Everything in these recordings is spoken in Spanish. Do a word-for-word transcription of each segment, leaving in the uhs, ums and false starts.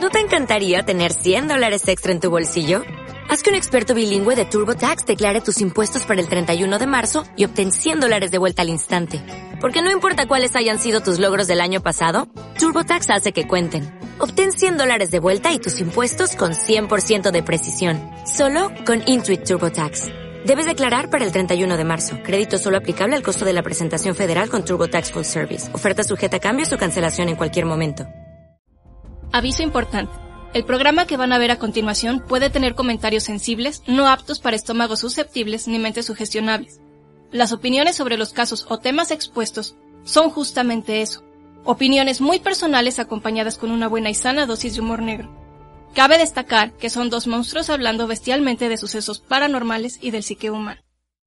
¿No te encantaría tener cien dólares extra en tu bolsillo? Haz que un experto bilingüe de TurboTax declare tus impuestos para el treinta y uno de marzo y obtén cien dólares de vuelta al instante. Porque no importa cuáles hayan sido tus logros del año pasado, TurboTax hace que cuenten. Obtén cien dólares de vuelta y tus impuestos con cien por ciento de precisión. Solo con Intuit TurboTax. Debes declarar para el treinta y uno de marzo. Crédito solo aplicable al costo de la presentación federal con TurboTax Full Service. Oferta sujeta a cambios o cancelación en cualquier momento. Aviso importante. El programa que van a ver a continuación puede tener comentarios sensibles, no aptos para estómagos susceptibles ni mentes sugestionables. Las opiniones sobre los casos o temas expuestos son justamente eso. Opiniones muy personales acompañadas con una buena y sana dosis de humor negro. Cabe destacar que son dos monstruos hablando bestialmente de sucesos paranormales y del psique humano.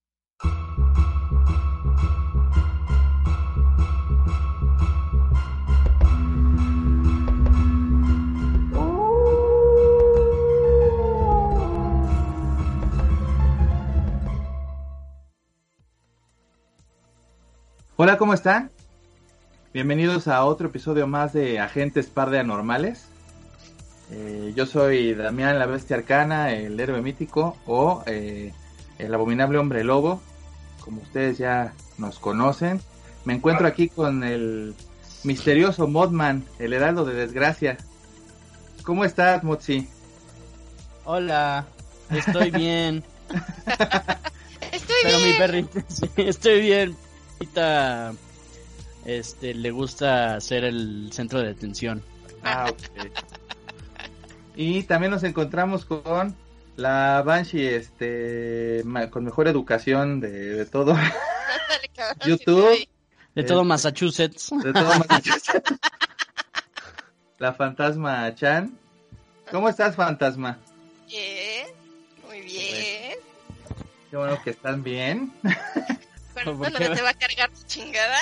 Hola, ¿cómo están? Bienvenidos a otro episodio más de Agentes Par de Anormales. Eh, yo soy Damián, la bestia arcana, el héroe mítico o eh, el abominable hombre lobo, como ustedes ya nos conocen. Me encuentro aquí con el misterioso Modman, el heraldo de desgracia. ¿Cómo estás, Motsi? Hola, estoy bien. Estoy Pero bien. mi perrito, sí, estoy bien. Ahorita, este, le gusta ser el centro de atención. Ah, ok. Y también nos encontramos con la Banshee, este, ma- con mejor educación de, de todo Ándale, cabrón, YouTube, sí, De Eh, todo Massachusetts. de todo Massachusetts. La Fantasma Chan. ¿Cómo estás, Fantasma? bien, muy bien. Qué bueno que están bien. ¿Cuándo ¿Por no qué? te va a cargar tu chingada?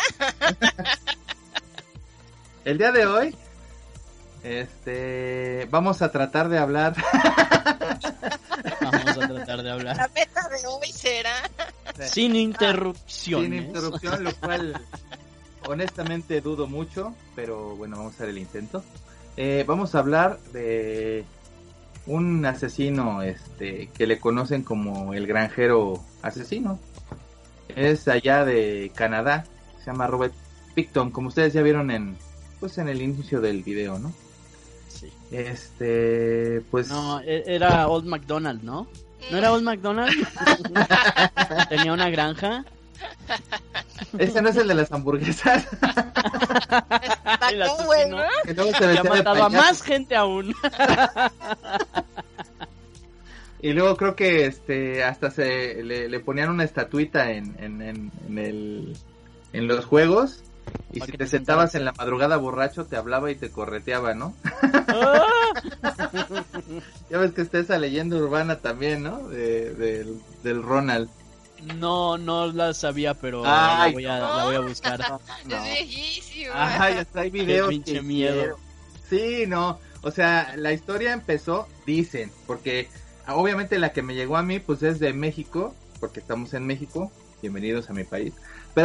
El día de hoy, este, vamos a tratar de hablar. Vamos a tratar de La hablar meta de hoy será... sin interrupciones. Sin interrupción, lo cual honestamente dudo mucho, pero bueno, vamos a hacer el intento. Eh, vamos a hablar de un asesino, este, que le conocen como el granjero asesino. Es allá de Canadá, se llama Robert Picton, como ustedes ya vieron en, pues en el inicio del video, ¿no? Sí. Este, pues No, e- era Old MacDonald, ¿no? ¿No era Old MacDonald? Tenía una granja. ese no es el de las hamburguesas. Y la Mató, güey, asesinó. ¿no? Que luego se Y ha vestía de matado a payaso. más gente aún. Y luego creo que este hasta se le, le ponían una estatuita en, en, en, en el en los juegos, y Para si que te te sentabas sentaras. en la madrugada borracho te hablaba y te correteaba, ¿no? ¡Ah! Ya ves que está esa leyenda urbana también, ¿no? De, del, del Ronald. No, no la sabía, pero Ay, la, voy a, la voy a buscar. No. Es viejísimo. Ay, hasta hay videos. Qué pinche que miedo. hicieron. Sí, no, o sea, la historia empezó, dicen, porque obviamente la que me llegó a mí pues es de México, porque estamos en México, bienvenidos a mi país, pero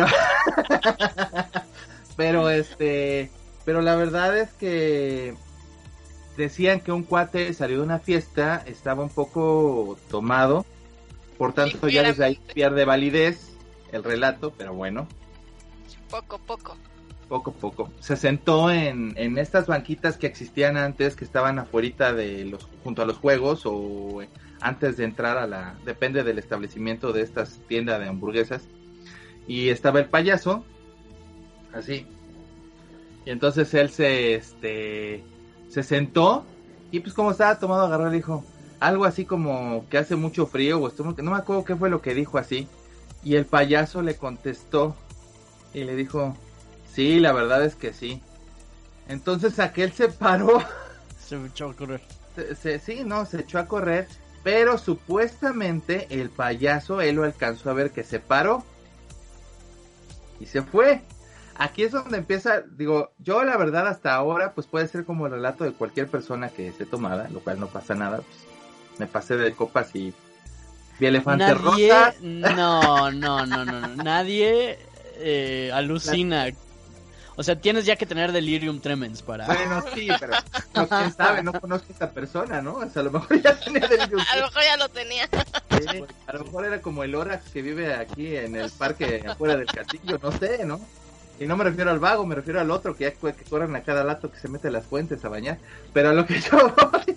pero este, pero la verdad es que decían que un cuate salió de una fiesta, estaba un poco tomado, por tanto ya desde ahí pierde validez el relato, pero bueno, Poco, poco. poco a poco. Se sentó en, en estas banquitas que existían antes, que estaban afuerita de los, junto a los juegos, o antes de entrar a la, depende del establecimiento de estas tiendas de hamburguesas. Y estaba el payaso, así. Y entonces él se, este, se sentó, y pues como estaba tomado, agarró y dijo algo así como que hace mucho frío, o esto, no me acuerdo qué fue lo que dijo así. Y el payaso le contestó y le dijo: sí, la verdad es que sí. Entonces aquel se paró, Se me echó a correr. se, se- sí, no, se echó a correr, pero supuestamente el payaso, él lo alcanzó a ver que se paró y se fue. Aquí es donde empieza, digo, yo la verdad hasta ahora, pues puede ser como el relato de cualquier persona que esté tomada, lo cual no pasa nada, pues me pasé de copas y vi elefantes Nadie, rosas. no, no, no, no, no, nadie eh, alucina. O sea, tienes ya que tener delirium tremens para... Bueno, sí, pero no, quién sabe, no conozco a esta persona, ¿no? O sea, a lo mejor ya tenía delirium. A lo mejor ya lo tenía. Sí, a lo mejor era como el Orax que vive aquí en el parque afuera del castillo, no sé, ¿no? Y no me refiero al vago, me refiero al otro que ya que corren a cada lato que se mete a las fuentes a bañar. Pero a lo que yo voy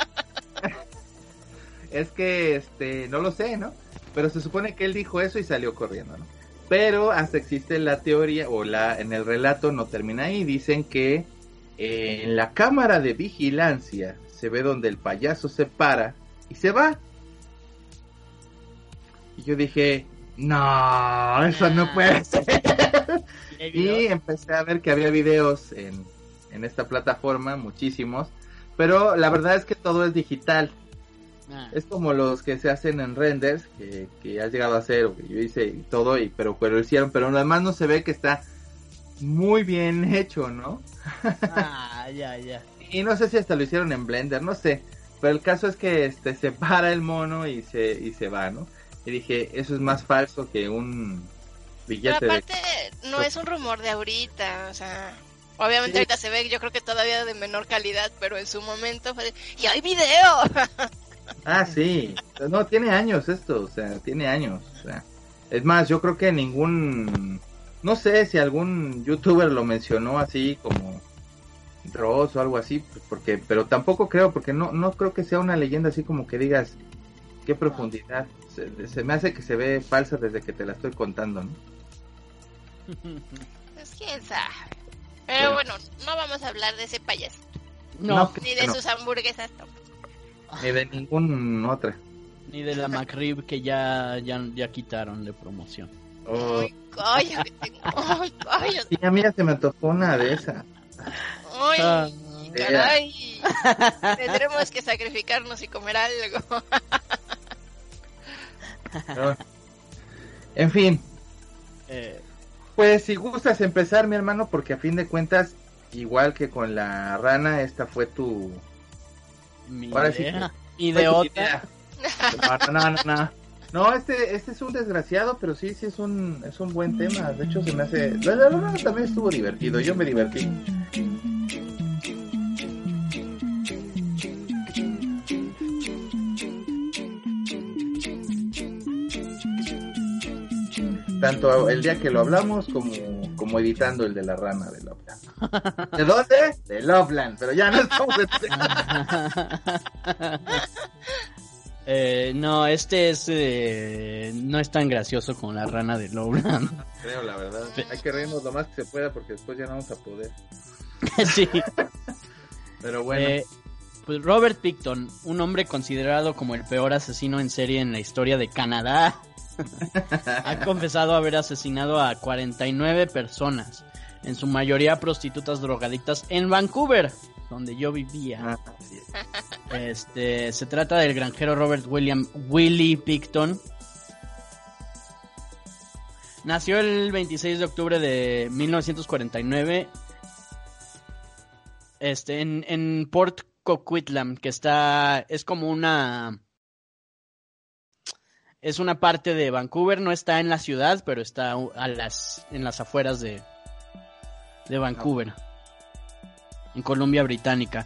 es que, este, no lo sé, ¿no? Pero se supone que él dijo eso y salió corriendo, ¿no? Pero hasta existe la teoría, o la en el relato no termina ahí, dicen que eh, en la cámara de vigilancia se ve donde el payaso se para y se va. Y yo dije, no, eso no puede ser. Y empecé a ver que había videos en, en esta plataforma, muchísimos, pero la verdad es que todo es digital. Ah. Es como los que se hacen en renders, que, que has llegado a hacer, o que yo hice y todo, y pero, pero hicieron, pero además no se ve que está muy bien hecho, ¿no? Ah, ya, ya. Y no sé si hasta lo hicieron en Blender, no sé, pero el caso es que este se para el mono y se y se va, ¿no? Y dije, eso es más falso que un billete. Pero aparte, de... no es un rumor de ahorita, o sea, obviamente sí. Ahorita se ve, yo creo que todavía de menor calidad, pero en su momento fue de, ¡y hay video! Ah, sí, no, tiene años esto, o sea, tiene años, o sea, es más, yo creo que ningún, no sé si algún youtuber lo mencionó así como Dross o algo así, pues porque, pero tampoco creo, porque no, no creo que sea una leyenda así como que digas, qué profundidad, se, se me hace que se ve falsa desde que te la estoy contando, ¿no? Pues quién sabe, pero bueno, bueno no vamos a hablar de ese payaso, no, ni de no. sus hamburguesas tampoco. Ni de ninguna otra. Ni de la McRib que ya, ya, ya quitaron de promoción. Oh. Ay, cállate. Ay, cállate. Sí, a mí ya se me antojó una de esas. Ay, ah, caray. Tendremos que sacrificarnos y comer algo. Pero, en fin. Eh. Pues si gustas empezar, mi hermano, porque a fin de cuentas, igual que con la rana, esta fue tu... Mi Ahora idea. Sí, Idiota. No, no, no, no. No, este, este es un desgraciado, pero sí, sí es un, es un buen tema. De hecho, se me hace. La verdad también estuvo divertido. Yo me divertí. Tanto el día que lo hablamos como, como editando el de la rana de Loveland. ¿De dónde? De Loveland, pero ya no estamos en... eh, no, este es eh, no es tan gracioso como la rana de Loveland. Creo, la verdad. Hay que reírnos lo más que se pueda porque después ya no vamos a poder. Sí. Pero bueno. Eh, pues Robert Picton, un hombre considerado como el peor asesino en serie en la historia de Canadá, ha confesado haber asesinado a cuarenta y nueve personas, en su mayoría prostitutas drogadictas en Vancouver, donde yo vivía. Ah, sí. Este, se trata del granjero Robert William Willie Picton. Nació el veintiséis de octubre de mil novecientos cuarenta y nueve este, en, en Port Coquitlam, que está, es como una... Es una parte de Vancouver, no está en la ciudad, pero está a las, en las afueras de, de Vancouver, en Columbia Británica.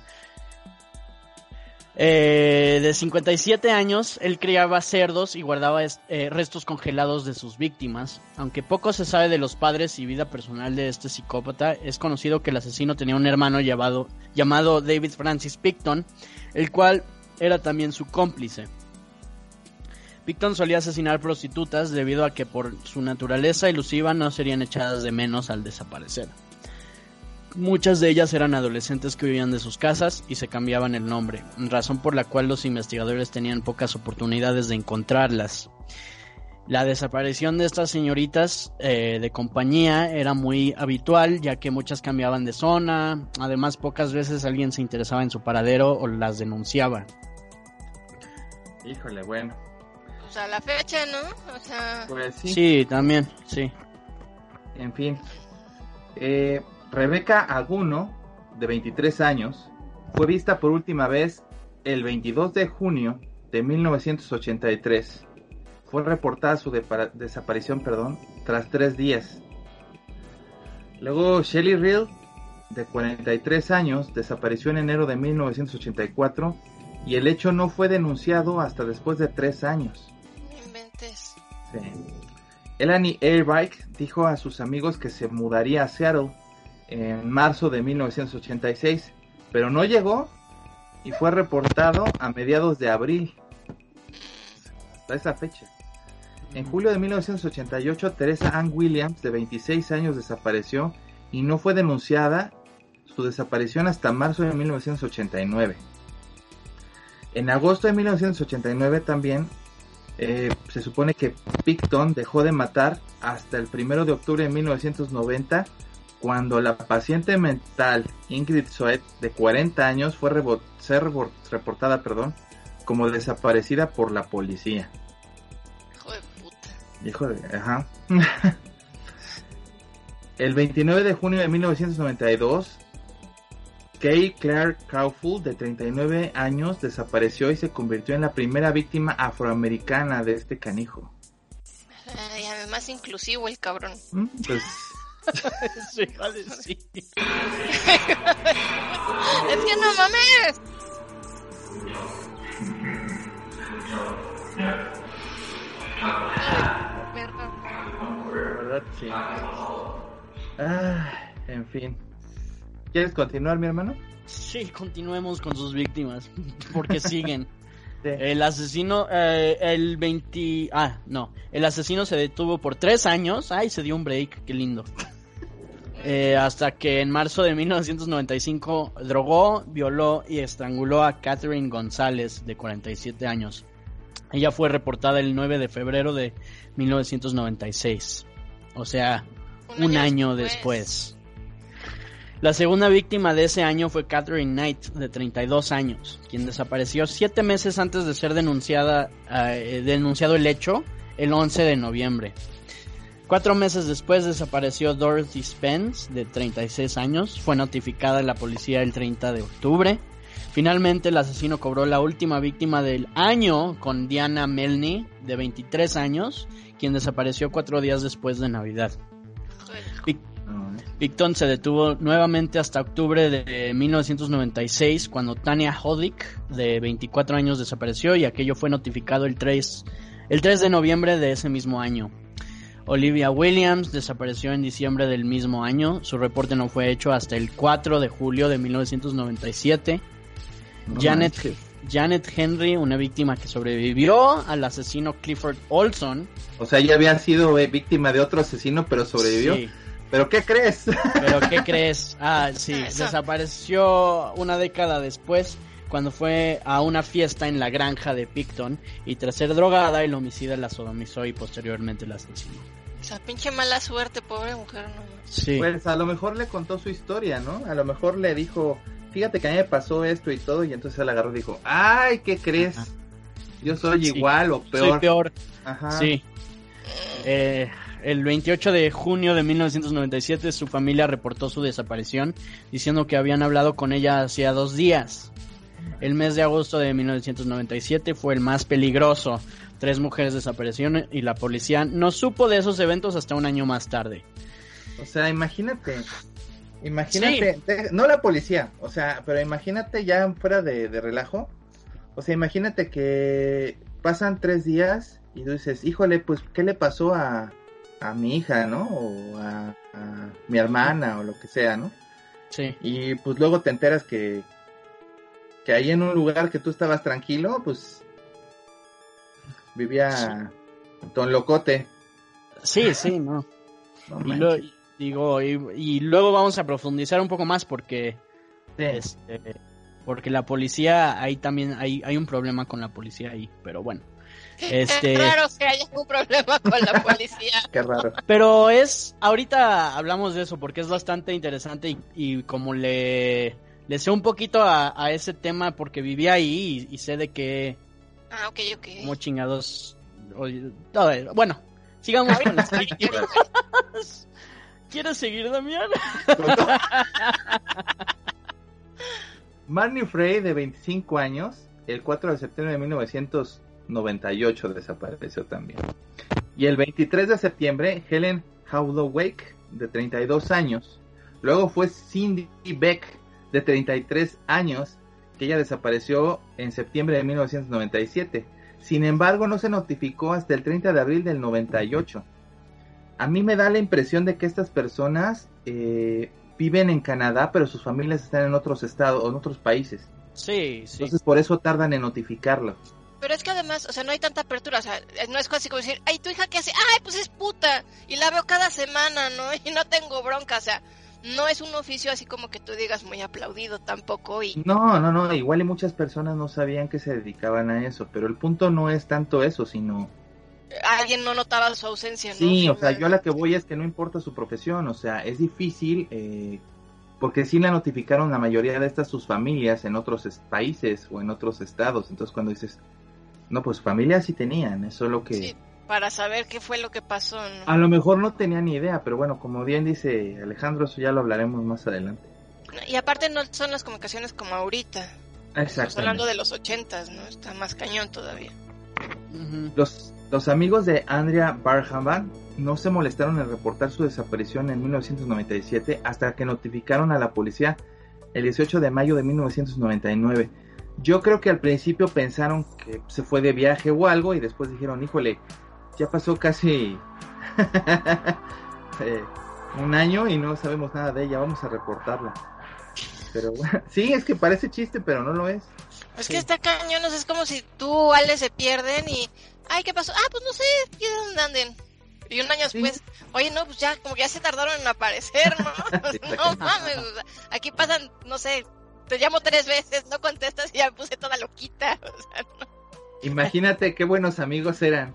Eh, de cincuenta y siete años, él criaba cerdos y guardaba eh, restos congelados de sus víctimas. Aunque poco se sabe de los padres y vida personal de este psicópata, es conocido que el asesino tenía un hermano llamado, llamado David Francis Picton, el cual era también su cómplice. Picton solía asesinar prostitutas debido a que por su naturaleza elusiva no serían echadas de menos al desaparecer. Muchas de ellas eran adolescentes que huían de sus casas y se cambiaban el nombre, razón por la cual los investigadores tenían pocas oportunidades de encontrarlas. La desaparición de estas señoritas eh, de compañía era muy habitual, ya que muchas cambiaban de zona, además pocas veces alguien se interesaba en su paradero o las denunciaba. Híjole, bueno. O sea, la fecha, ¿no? O sea... Pues sí. Sí, también, sí. En fin. Eh, Rebeca Aguno, de veintitrés años, fue vista por última vez el veintidós de junio de mil novecientos ochenta y tres. Fue reportada su depara- desaparición, perdón, tras tres días. Luego Shelley Reel, de cuarenta y tres años, desapareció en enero de mil novecientos ochenta y cuatro y el hecho no fue denunciado hasta después de tres años. No inventes. Sí. Elanie Airbike dijo a sus amigos que se mudaría a Seattle en marzo de mil novecientos ochenta y seis, pero no llegó y fue reportado a mediados de abril, hasta esa fecha. En julio de mil novecientos ochenta y ocho, Teresa Ann Williams, de veintiséis años, desapareció y no fue denunciada su desaparición hasta marzo de mil novecientos ochenta y nueve. En agosto de mil novecientos ochenta y nueve también eh, se supone que Picton dejó de matar hasta el primero de octubre de mil novecientos noventa, cuando la paciente mental Ingrid Soet, de cuarenta años, fue rebo- ser rebo- reportada perdón, como desaparecida por la policía. Hijo de puta. Hijo de... Ajá. El veintinueve de junio de mil novecientos noventa y dos, Kay Claire Caulfield, de treinta y nueve años, desapareció y se convirtió en la primera víctima afroamericana de este canijo. Ay, además inclusivo el cabrón. ¿Mm? Pues... Sí, vale, sí. Es que no mames. La verdad, sí. Ah, en fin. ¿Quieres continuar, mi hermano? Sí, continuemos con sus víctimas, porque siguen. Sí. El asesino, eh, el veinte... Ah, no. El asesino se detuvo por tres años. Ay, se dio un break, qué lindo. Eh, hasta que en marzo de mil novecientos noventa y cinco drogó, violó y estranguló a Catherine González, de cuarenta y siete años. Ella fue reportada el nueve de febrero de mil novecientos noventa y seis. O sea, un, un año, año después. después. La segunda víctima de ese año fue Catherine Knight, de treinta y dos años, quien desapareció siete meses antes de ser denunciada, eh, denunciado el hecho, el once de noviembre. Cuatro meses después desapareció Dorothy Spence, de treinta y seis años, fue notificada a la policía el treinta de octubre. Finalmente el asesino cobró la última víctima del año con Diana Melny, de veintitrés años, quien desapareció cuatro días después de Navidad. Picton se detuvo nuevamente hasta octubre de mil novecientos noventa y seis, cuando Tanya Hodick, de veinticuatro años, desapareció, y aquello fue notificado el tres, el tres de noviembre de ese mismo año. Olivia Williams desapareció en diciembre del mismo año. Su reporte no fue hecho hasta el cuatro de julio de mil novecientos noventa y siete. No Janet, Janet Henry, una víctima que sobrevivió al asesino Clifford Olson. O sea, ya había sido eh, víctima de otro asesino, pero sobrevivió. Sí. ¿Pero qué crees? ¿Pero qué crees? Ah, sí, desapareció una década después, cuando fue a una fiesta en la granja de Picton, y tras ser drogada, el homicida la sodomizó y posteriormente la asesinó. Esa pinche mala suerte, pobre mujer, no. Sí. Pues a lo mejor le contó su historia, ¿no? A lo mejor le dijo, fíjate que a mí me pasó esto y todo, y entonces él agarró y dijo, ay, ¿qué crees? Ajá. Yo soy sí. igual o peor. Soy peor. Ajá. Sí. Eh... El veintiocho de junio de mil novecientos noventa y siete su familia reportó su desaparición, diciendo que habían hablado con ella hacía dos días. El mes de agosto de mil novecientos noventa y siete fue el más peligroso. Tres mujeres desaparecieron y la policía no supo de esos eventos hasta un año más tarde. O sea, imagínate, imagínate, sí. de, no la policía, o sea, pero imagínate ya fuera de, de relajo. O sea, imagínate que pasan tres días y tú dices, híjole, pues, ¿qué le pasó a... a mi hija, ¿no? O a, a mi hermana o lo que sea, ¿no? Sí. Y pues luego te enteras que que ahí en un lugar que tú estabas tranquilo, pues vivía sí. Don Locote. Sí, sí, no. no y lo, digo, y, y luego vamos a profundizar un poco más porque sí. este, porque la policía, ahí también hay, hay un problema con la policía ahí, pero bueno. Este... Es raro que haya un problema con la policía. Qué raro. Pero es, ahorita hablamos de eso porque es bastante interesante y, y como le, le sé un poquito a, a ese tema porque viví ahí y, y sé de que... Ah, ok, ok. Como chingados... Bueno, sigamos con las víctimas. ¿Quieres seguir, Damián? Marnie Frey, de veinticinco años, el cuatro de septiembre de mil novecientos noventa y ocho desapareció también. Y el veintitrés de septiembre, Helen Howlowake, de treinta y dos años. Luego fue Cindy Beck, de treinta y tres años, que ella desapareció en septiembre de mil novecientos noventa y siete. Sin embargo, no se notificó hasta el treinta de abril del noventa y ocho. A mí me da la impresión de que estas personas eh, viven en Canadá, pero sus familias están en otros estados o en otros países. Sí, sí. Entonces por eso tardan en notificarlo. Pero es que además, o sea, no hay tanta apertura, o sea, no es casi como decir, ay, tu hija qué hace, ay, pues es puta, y la veo cada semana, ¿no? Y no tengo bronca, o sea, no es un oficio así como que tú digas muy aplaudido tampoco y... No, no, no, igual y muchas personas no sabían que se dedicaban a eso, pero el punto no es tanto eso, sino... Alguien no notaba su ausencia, ¿no? Sí, o sea, yo a la que voy es que no importa su profesión, o sea, es difícil, eh, porque sí la notificaron la mayoría de estas sus familias en otros es- países o en otros estados, entonces cuando dices, no, pues familias sí tenían, eso es lo que... Sí, para saber qué fue lo que pasó, ¿no? A lo mejor no tenían ni idea, pero bueno, como bien dice Alejandro, eso ya lo hablaremos más adelante. Y aparte no son las comunicaciones como ahorita. Estamos Exactamente. hablando de los ochentas, ¿no? Está más cañón todavía. Ujú. Los, los amigos de Andrea Barhavan no se molestaron en reportar su desaparición en mil novecientos noventa y siete hasta que notificaron a la policía el dieciocho de mayo de mil novecientos noventa y nueve. Yo creo que al principio pensaron que se fue de viaje o algo y después dijeron, híjole, ya pasó casi eh, un año y no sabemos nada de ella, vamos a reportarla. Pero bueno, sí, es que parece chiste, pero no lo es. Es Sí. que está cañón, o sea, es como si tú o Ale se pierden y... Ay, ¿qué pasó? Ah, pues no sé, ¿y de dónde anden? Y un año después, oye, no, pues ya, como que ya se tardaron en aparecer, ¿no? No mames, o sea, aquí pasan, no sé, te llamo tres veces, no contestas y ya me puse toda loquita, o sea, no. Imagínate qué buenos amigos eran.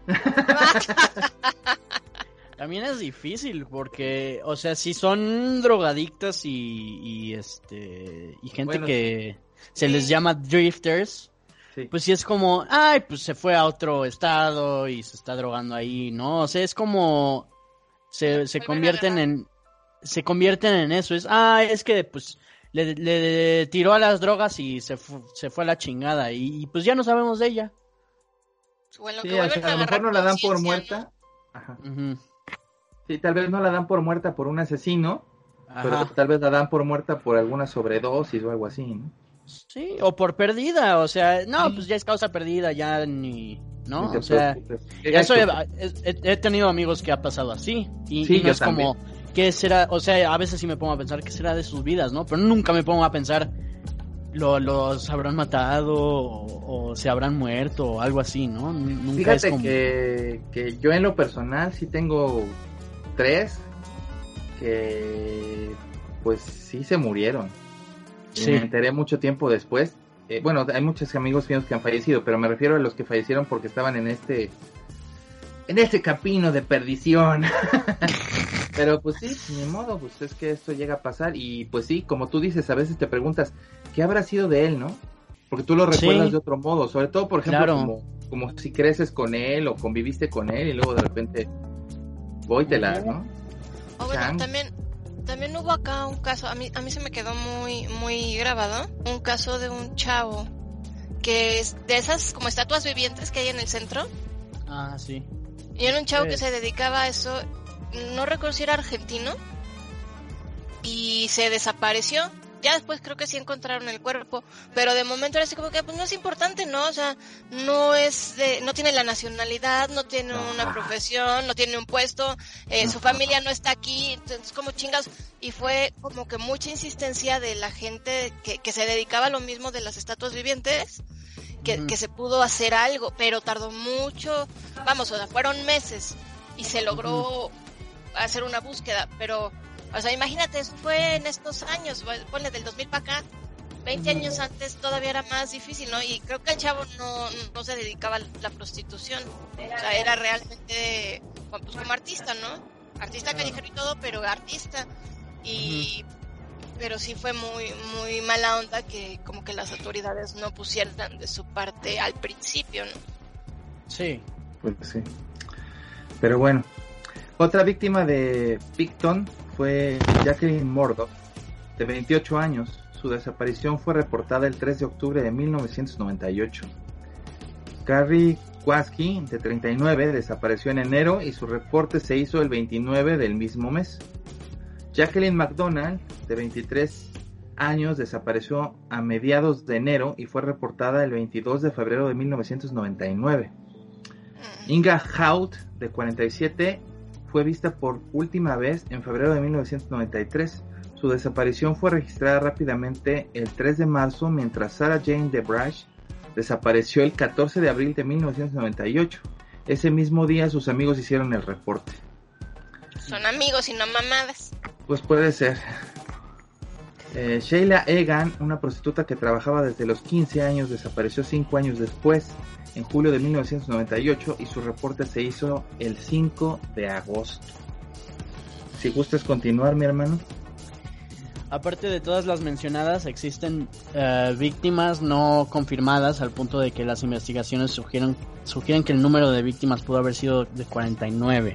También es difícil porque, o sea, si son drogadictas y, y este y gente Bueno, que se les llama drifters, Sí. pues sí es como, ay, pues se fue a otro estado y se está drogando ahí, ¿no? O sea, es como se, se Vuelven a convierten agarrar. en se convierten en eso, es, ah, es que pues le, le tiró a las drogas y se fu- se fue a la chingada y, y pues ya no sabemos de ella. Bueno, Sí, que o vuelven sea, a lo agarrar mejor no la dan por conciencia, muerta. Ajá. Ujú. Sí, tal vez no la dan por muerta por un asesino, pero Ajá. tal vez la dan por muerta por alguna sobredosis o algo así, ¿no? Sí, o por perdida, o sea, no, pues ya es causa perdida, ya ni, ¿no? Ni te O sea, preocupes. Qué eso he, gacho. he- he tenido amigos que ha pasado así, y, Sí, y no yo es como, ¿qué será? O sea, a veces sí me pongo a pensar qué será de sus vidas, ¿no? Pero nunca me pongo a pensar, lo, los habrán matado, o, o se habrán muerto, o algo así, ¿no? N- Nunca Fíjate es como... que, que yo en lo personal sí tengo tres que pues sí se murieron. Y Sí. me enteré mucho tiempo después. Eh, bueno, hay muchos amigos míos que han fallecido, pero me refiero a los que fallecieron porque estaban en este en este camino de perdición. Pero pues sí, ni modo, pues es que esto llega a pasar y pues sí, como tú dices, a veces te preguntas, ¿qué habrá sido de él, no? Porque tú lo recuerdas Sí. de otro modo, sobre todo, por ejemplo, Claro. como, como si creces con él o conviviste con él y luego de repente voy te la, ¿no? O bueno, Chan. también, también hubo acá un caso, a mí, a mí se me quedó muy, muy grabado, un caso de un chavo que es de esas como estatuas vivientes que hay en el centro, Ah, sí. y era un chavo Sí. que se dedicaba a eso, no recuerdo si era argentino, y se desapareció. Ya después creo que sí encontraron el cuerpo, pero de momento era así como que pues no es importante, ¿no? O sea, no es de, no tiene la nacionalidad, no tiene una profesión, no tiene un puesto, eh, su familia no está aquí, entonces como chingas, y fue como que mucha insistencia de la gente que, que se dedicaba a lo mismo de las estatuas vivientes, que, Ujú. que se pudo hacer algo, pero tardó mucho, vamos, o sea, fueron meses, y se logró hacer una búsqueda, pero... O sea, imagínate, eso fue en estos años, ponle del dos mil para acá, veinte años antes todavía era más difícil, ¿no? Y creo que el chavo no, no se dedicaba a la prostitución, o sea, era realmente, pues como artista, ¿no? Artista callejero y todo, pero artista. Y, pero sí fue muy, muy mala onda que como que las autoridades no pusieran de su parte al principio, ¿no? Sí. Pues sí. Pero bueno, otra víctima de Picton fue Jacqueline Murdoch, de veintiocho años. Su desaparición fue reportada el tres de octubre de mil novecientos noventa y ocho. Carrie Kwaski, de treinta y nueve, desapareció en enero y su reporte se hizo el veintinueve del mismo mes. Jacqueline McDonald, de veintitrés años, desapareció a mediados de enero y fue reportada el veintidós de febrero de mil novecientos noventa y nueve. Inga Hout, de cuarenta y siete, fue vista por última vez en febrero de mil novecientos noventa y tres. Su desaparición fue registrada rápidamente el tres de marzo, mientras Sarah Jane DeBrush desapareció el catorce de abril de mil novecientos noventa y ocho. Ese mismo día sus amigos hicieron el reporte. Son amigos y no mamadas. Pues puede ser. Eh, Sheila Egan, una prostituta que trabajaba desde los quince años, desapareció cinco años después, en julio de mil novecientos noventa y ocho, y su reporte se hizo el cinco de agosto. Si gustas continuar, mi hermano. Aparte de todas las mencionadas, existen uh, víctimas no confirmadas, al punto de que las investigaciones sugieren, sugieren que el número de víctimas pudo haber sido de cuarenta y nueve.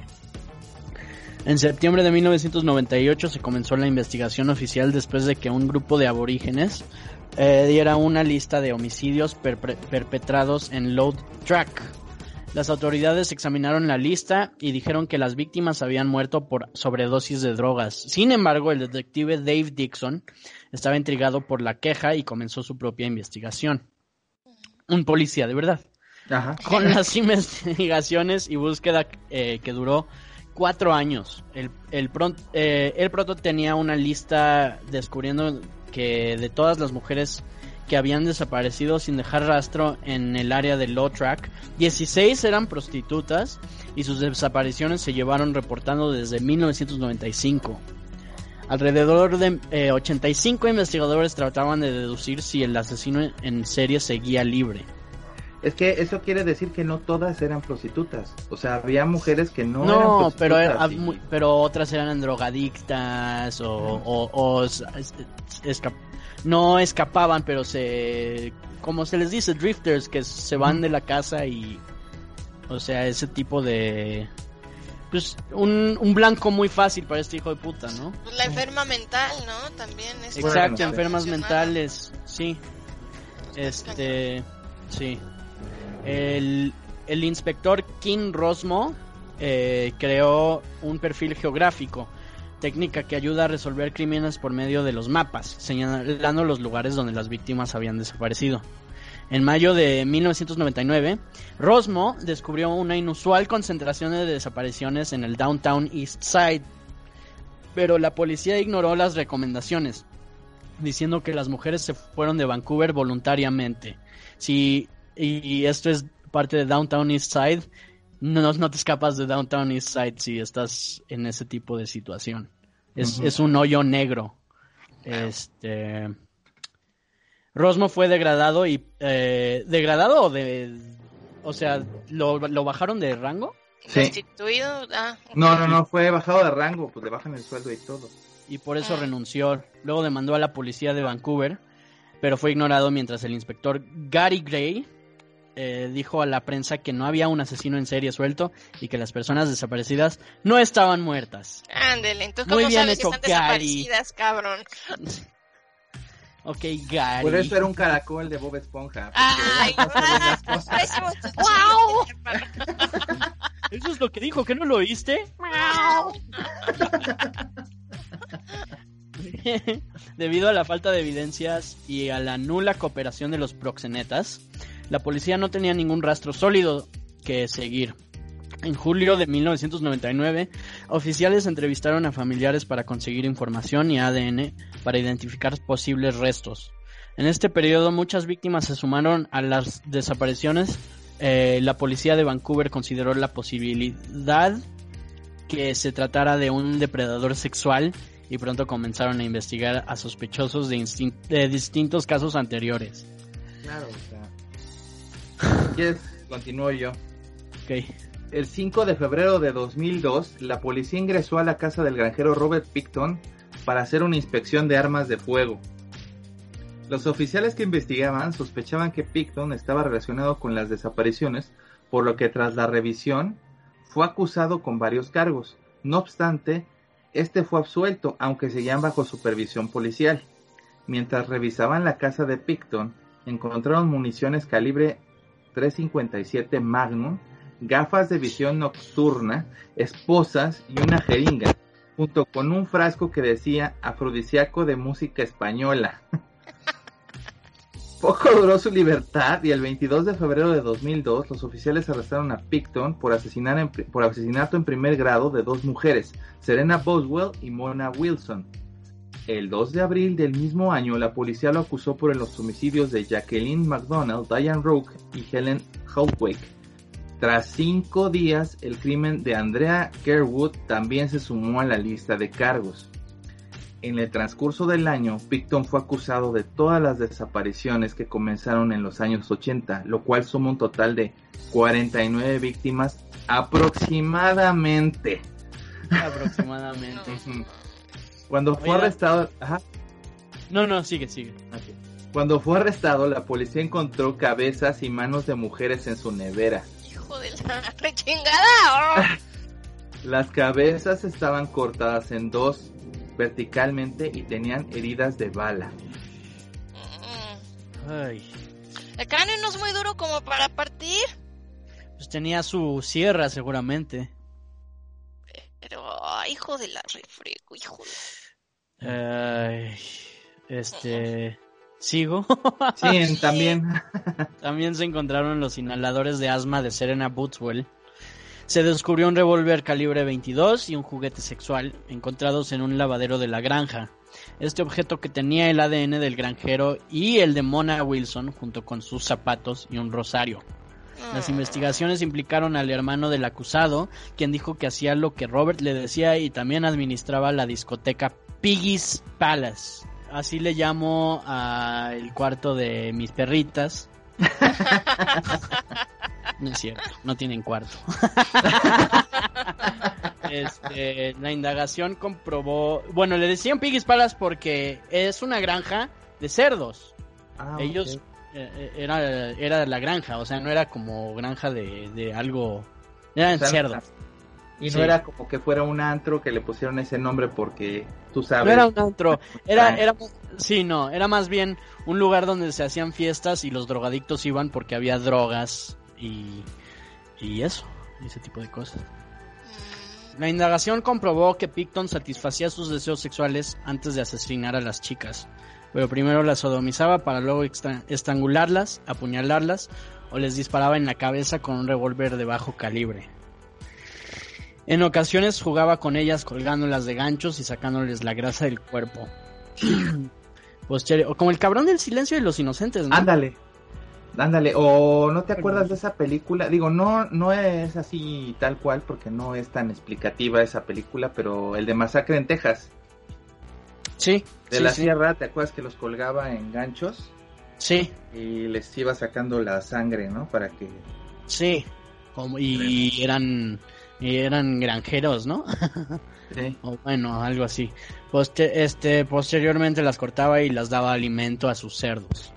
En septiembre de mil novecientos noventa y ocho se comenzó la investigación oficial después de que un grupo de aborígenes eh, diera una lista de homicidios perpre- perpetrados en Loud Track. Las autoridades examinaron la lista y dijeron que las víctimas habían muerto por sobredosis de drogas. Sin embargo, el detective Dave Dixon estaba intrigado por la queja y comenzó su propia investigación. Un policía, de verdad. Ajá. Con las investigaciones y búsqueda eh, que duró cuatro años. El, el, pronto, eh, el pronto tenía una lista descubriendo que de todas las mujeres que habían desaparecido sin dejar rastro en el área de Low Track, dieciséis eran prostitutas y sus desapariciones se llevaron reportando desde mil novecientos noventa y cinco. Alrededor de eh, ochenta y cinco investigadores trataban de deducir si el asesino en serie seguía libre. Es que eso quiere decir que no todas eran prostitutas. O sea, había mujeres que no, no eran prostitutas. pero, era, y... pero otras eran drogadictas o, o, o es, esca- no escapaban, pero se, como se les dice, drifters, que se van de la casa y, o sea, ese tipo de, pues, un, un blanco muy fácil para este hijo de puta, ¿no? Pues la enferma mental, ¿no? También es. Exacto, bueno, enfermas mentales, sí. Este, sí. El, el inspector Kim Rosmo eh, creó un perfil geográfico, técnica que ayuda a resolver crímenes por medio de los mapas, señalando los lugares donde las víctimas habían desaparecido. En mayo de mil novecientos noventa y nueve, Rosmo descubrió una inusual concentración de desapariciones en el Downtown East Side, pero la policía ignoró las recomendaciones, diciendo que las mujeres se fueron de Vancouver voluntariamente. Si, y esto es parte de Downtown East Side, no, no te escapas de Downtown East Side si estás en ese tipo de situación. Es, uh-huh. es un hoyo negro. Este... Rosmo fue degradado y... Eh, ¿Degradado o de...? O sea, ¿lo, lo bajaron de rango? Sí. ¿Destituido? Ah, okay. No, no, no, fue bajado de rango, pues le bajan el sueldo y todo. Y por eso ah. renunció. Luego demandó a la policía de Vancouver, pero fue ignorado mientras el inspector Gary Gray eh, dijo a la prensa que no había un asesino en serie suelto y que las personas desaparecidas no estaban muertas. Ándele, entonces Muy ¿cómo bien sabes hecho, que están Gary. desaparecidas, cabrón? Ok, Gary. Por eso era un caracol de Bob Esponja. ¡Ay, wow! Eso es lo que dijo, ¿que no lo oíste? Debido a la falta de evidencias y a la nula cooperación de los proxenetas, la policía no tenía ningún rastro sólido que seguir. En julio de mil novecientos noventa y nueve, oficiales entrevistaron a familiares para conseguir información y A D N para identificar posibles restos. En este periodo, muchas víctimas se sumaron a las desapariciones. Eh, la policía de Vancouver consideró la posibilidad que se tratara de un depredador sexual y pronto comenzaron a investigar a sospechosos de, instin- de distintos casos anteriores. Claro, o sea... Si quieres, continúo yo. Ok. El cinco de febrero de dos mil dos, la policía ingresó a la casa del granjero Robert Picton para hacer una inspección de armas de fuego. Los oficiales que investigaban sospechaban que Picton estaba relacionado con las desapariciones, por lo que tras la revisión fue acusado con varios cargos. No obstante, este fue absuelto, aunque seguían bajo supervisión policial. Mientras revisaban la casa de Picton, encontraron municiones calibre tres cincuenta y siete Magnum, gafas de visión nocturna, esposas y una jeringa, junto con un frasco que decía afrodisíaco de música española. Poco duró su libertad y el veintidós de febrero de dos mil dos los oficiales arrestaron a Picton por, asesinar en, por asesinato en primer grado de dos mujeres, Serena Boswell y Mona Wilson. El dos de abril del mismo año la policía lo acusó por los homicidios de Jacqueline MacDonald, Diane Roque y Helen Houghwick. Tras cinco días, el crimen de Andrea Gerwood también se sumó a la lista de cargos. En el transcurso del año, Picton fue acusado de todas las desapariciones que comenzaron en los años ochenta, lo cual suma un total de cuarenta y nueve víctimas aproximadamente. Aproximadamente. Cuando fue Oye, arrestado... Ajá. No, no, sigue, sigue. Okay. Cuando fue arrestado, la policía encontró cabezas y manos de mujeres en su nevera. Hijo de la rechingada. Las cabezas estaban cortadas en dos verticalmente y tenían heridas de bala. Ay, El cráneo no es muy duro como para partir. pues tenía su sierra seguramente. Pero, ay, hijo de la refresco, hijo de... Ay, este... ¿Sigo? Sí, también. También se encontraron los inhaladores de asma de Serena Boswell. Se descubrió un revólver calibre veintidós y un juguete sexual encontrados en un lavadero de la granja. Este objeto, que tenía el A D N del granjero y el de Mona Wilson, junto con sus zapatos y un rosario. Las investigaciones implicaron al hermano del acusado, quien dijo que hacía lo que Robert le decía y también administraba la discoteca Piggy's Palace. Así le llamo al cuarto de mis perritas. No es cierto, no tienen cuarto. Este, la indagación comprobó... Bueno, le decían Piggy's Palace porque es una granja de cerdos. Ah, Ellos... okay. Eh, era, era la granja, o sea, no era como granja de, de algo... Eran O sea, cerdos. Y no Sí. era como que fuera un antro que le pusieron ese nombre porque tú sabes. No era un antro, era, Ah. era, sí, no, era más bien un lugar donde se hacían fiestas y los drogadictos iban porque había drogas y, y eso, ese tipo de cosas. La indagación comprobó que Picton satisfacía sus deseos sexuales antes de asesinar a las chicas, pero primero las sodomizaba para luego extra- estrangularlas, apuñalarlas o les disparaba en la cabeza con un revólver de bajo calibre. En ocasiones jugaba con ellas colgándolas de ganchos y sacándoles la grasa del cuerpo. Posterior, o como el cabrón del Silencio de los Inocentes, ¿no? Ándale. Ándale, o no te acuerdas de esa película, digo, no no es así tal cual porque no es tan explicativa esa película, pero el de Masacre en Texas, Sí, de sí, la sí. sierra, ¿te acuerdas que los colgaba en ganchos Sí, y les iba sacando la sangre, ¿no? Para que... sí. Como, y eran y eran granjeros, ¿no? Sí. O bueno, algo así. Poste- este, posteriormente las cortaba y las daba alimento a sus cerdos.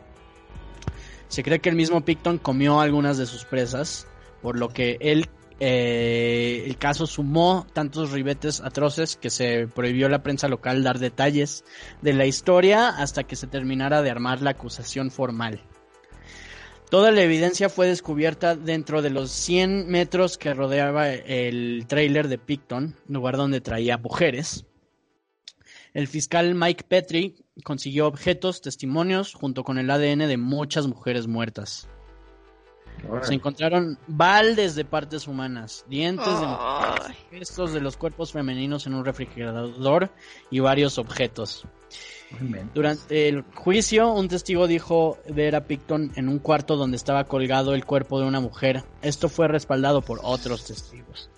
Se cree que el mismo Picton comió algunas de sus presas, por lo que él, eh, el caso sumó tantos ribetes atroces que se prohibió a la prensa local dar detalles de la historia hasta que se terminara de armar la acusación formal. Toda la evidencia fue descubierta dentro de los cien metros que rodeaba el tráiler de Picton, lugar donde traía mujeres. El fiscal Mike Petrie consiguió objetos, testimonios, junto con el A D N de muchas mujeres muertas. Órale. Se encontraron baldes de partes humanas, dientes de mujeres, Ay. restos de los cuerpos femeninos en un refrigerador y varios objetos. Durante el juicio, un testigo dijo ver a Picton en un cuarto donde estaba colgado el cuerpo de una mujer. Esto fue respaldado por otros testigos.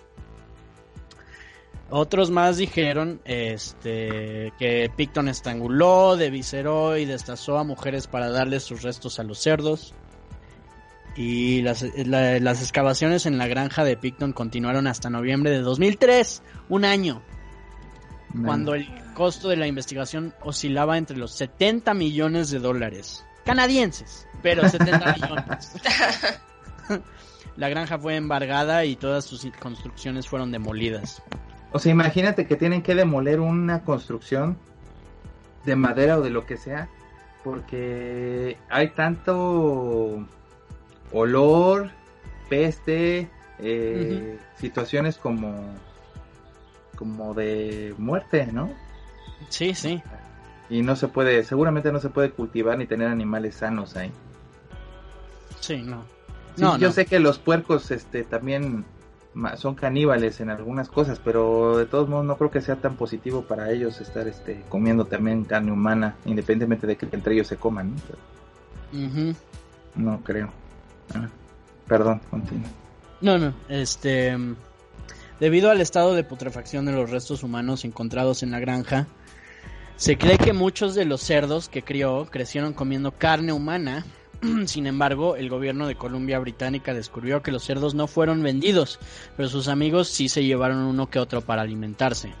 Otros más dijeron este, que Picton estranguló, devisceró y destazó a mujeres para darles sus restos a los cerdos. Y las, la- las excavaciones en la granja de Picton continuaron hasta noviembre de dos mil tres, un año, cuando el costo de la investigación oscilaba entre los setenta millones de dólares canadienses, pero setenta millones. La granja fue embargada y todas sus construcciones fueron demolidas. O sea, imagínate que tienen que demoler una construcción de madera o de lo que sea, porque hay tanto olor, peste, eh, uh-huh. situaciones como como de muerte, ¿no? Sí, sí. Y no se puede, seguramente no se puede cultivar ni tener animales sanos ahí. Sí, no. Sí, no yo no. sé que los puercos este también son caníbales en algunas cosas, pero de todos modos no creo que sea tan positivo para ellos estar este comiendo también carne humana, independientemente de que entre ellos se coman, ¿no? Pero uh-huh. no creo. Ah, perdón, continúa. No, no, este... Debido al estado de putrefacción de los restos humanos encontrados en la granja, se cree que muchos de los cerdos que crió crecieron comiendo carne humana. Sin embargo, el gobierno de Columbia Británica descubrió que los cerdos no fueron vendidos, pero sus amigos sí se llevaron uno que otro para alimentarse.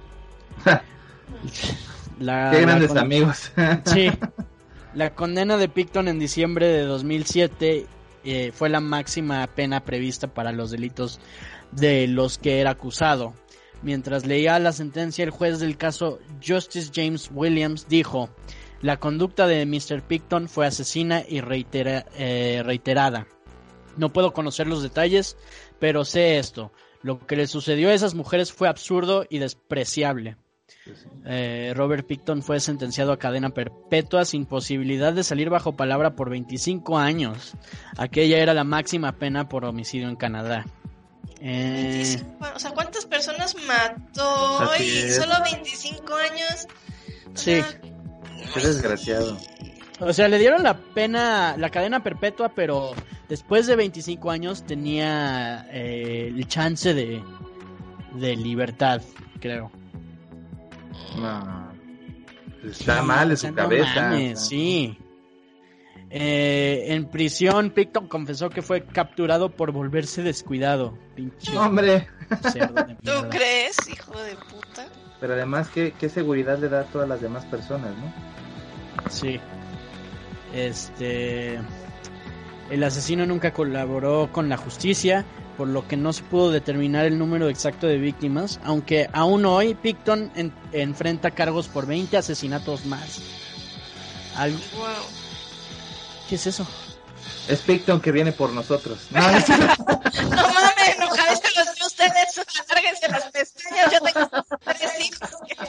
la, Qué grandes con... amigos. Sí. La condena de Picton en diciembre de dos mil siete eh, fue la máxima pena prevista para los delitos de los que era acusado. Mientras leía la sentencia, el juez del caso, Justice James Williams, dijo: la conducta de mister Picton fue asesina y reitera, eh, reiterada. No puedo conocer los detalles, pero sé esto: lo que le sucedió a esas mujeres fue absurdo y despreciable. Eh, Robert Picton fue sentenciado a cadena perpetua sin posibilidad de salir bajo palabra por veinticinco años. Aquella era la máxima pena por homicidio en Canadá. Eh... O sea, ¿cuántas personas mató? Y solo veinticinco años. O sí. Sea... Qué desgraciado. O sea, le dieron la pena, la cadena perpetua, pero después de veinticinco años tenía eh, el chance de, de libertad, creo. No. Está sí, mal de su cabeza. No mames, sí. Eh, en prisión, Picton confesó que fue capturado por volverse descuidado. Pinche hombre. Cerdo de ¿tú crees, hijo de puta? Pero además, ¿qué, qué seguridad le da a todas las demás personas, ¿no? Sí. Este... El asesino nunca colaboró con la justicia, por lo que no se pudo determinar el número exacto de víctimas, aunque aún hoy Picton en, enfrenta cargos por veinte asesinatos más. Al... Wow. ¿Qué es eso? Es Picton que viene por nosotros. No, no mames, ojalá se los de ustedes, lárguense las pestañas, yo tengo tres hijos.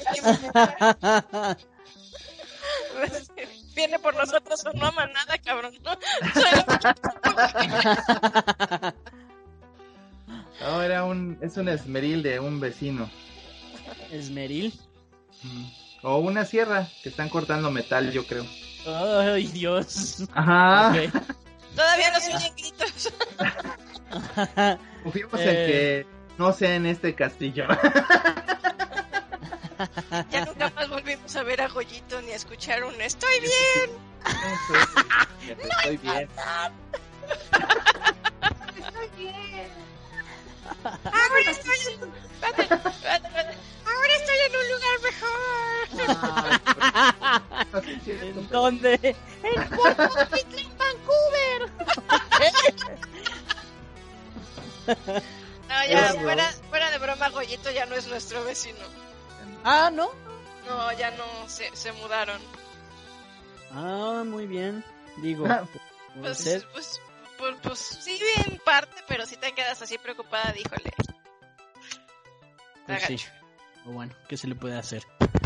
Que... viene por nosotros o no ama nada, cabrón. No, no era un, es un esmeril de un vecino. ¿Esmeril? O una sierra que están cortando metal, yo creo. Ay, Dios. Ajá. Okay. Todavía no se oyen gritos. Confiamos eh... en que no sea en este castillo. Ya nunca más volvimos a ver a Goyito ni a escuchar un "estoy bien". No, estoy bien. Estoy bien. Ahora estoy en un... Vale, vale, vale. Ahora estoy en un lugar mejor. ¿En dónde? En Port Coquitlam, Vancouver. No, ya, fuera, fuera de broma, Goyito ya no es nuestro vecino. Ah, ¿no? No, ya no, se, se mudaron. Ah, muy bien. Digo, pues, pues, pues, pues, pues sí, en parte, pero si te quedas así preocupada, díjole. Pues sí. O bueno, ¿qué se le puede hacer?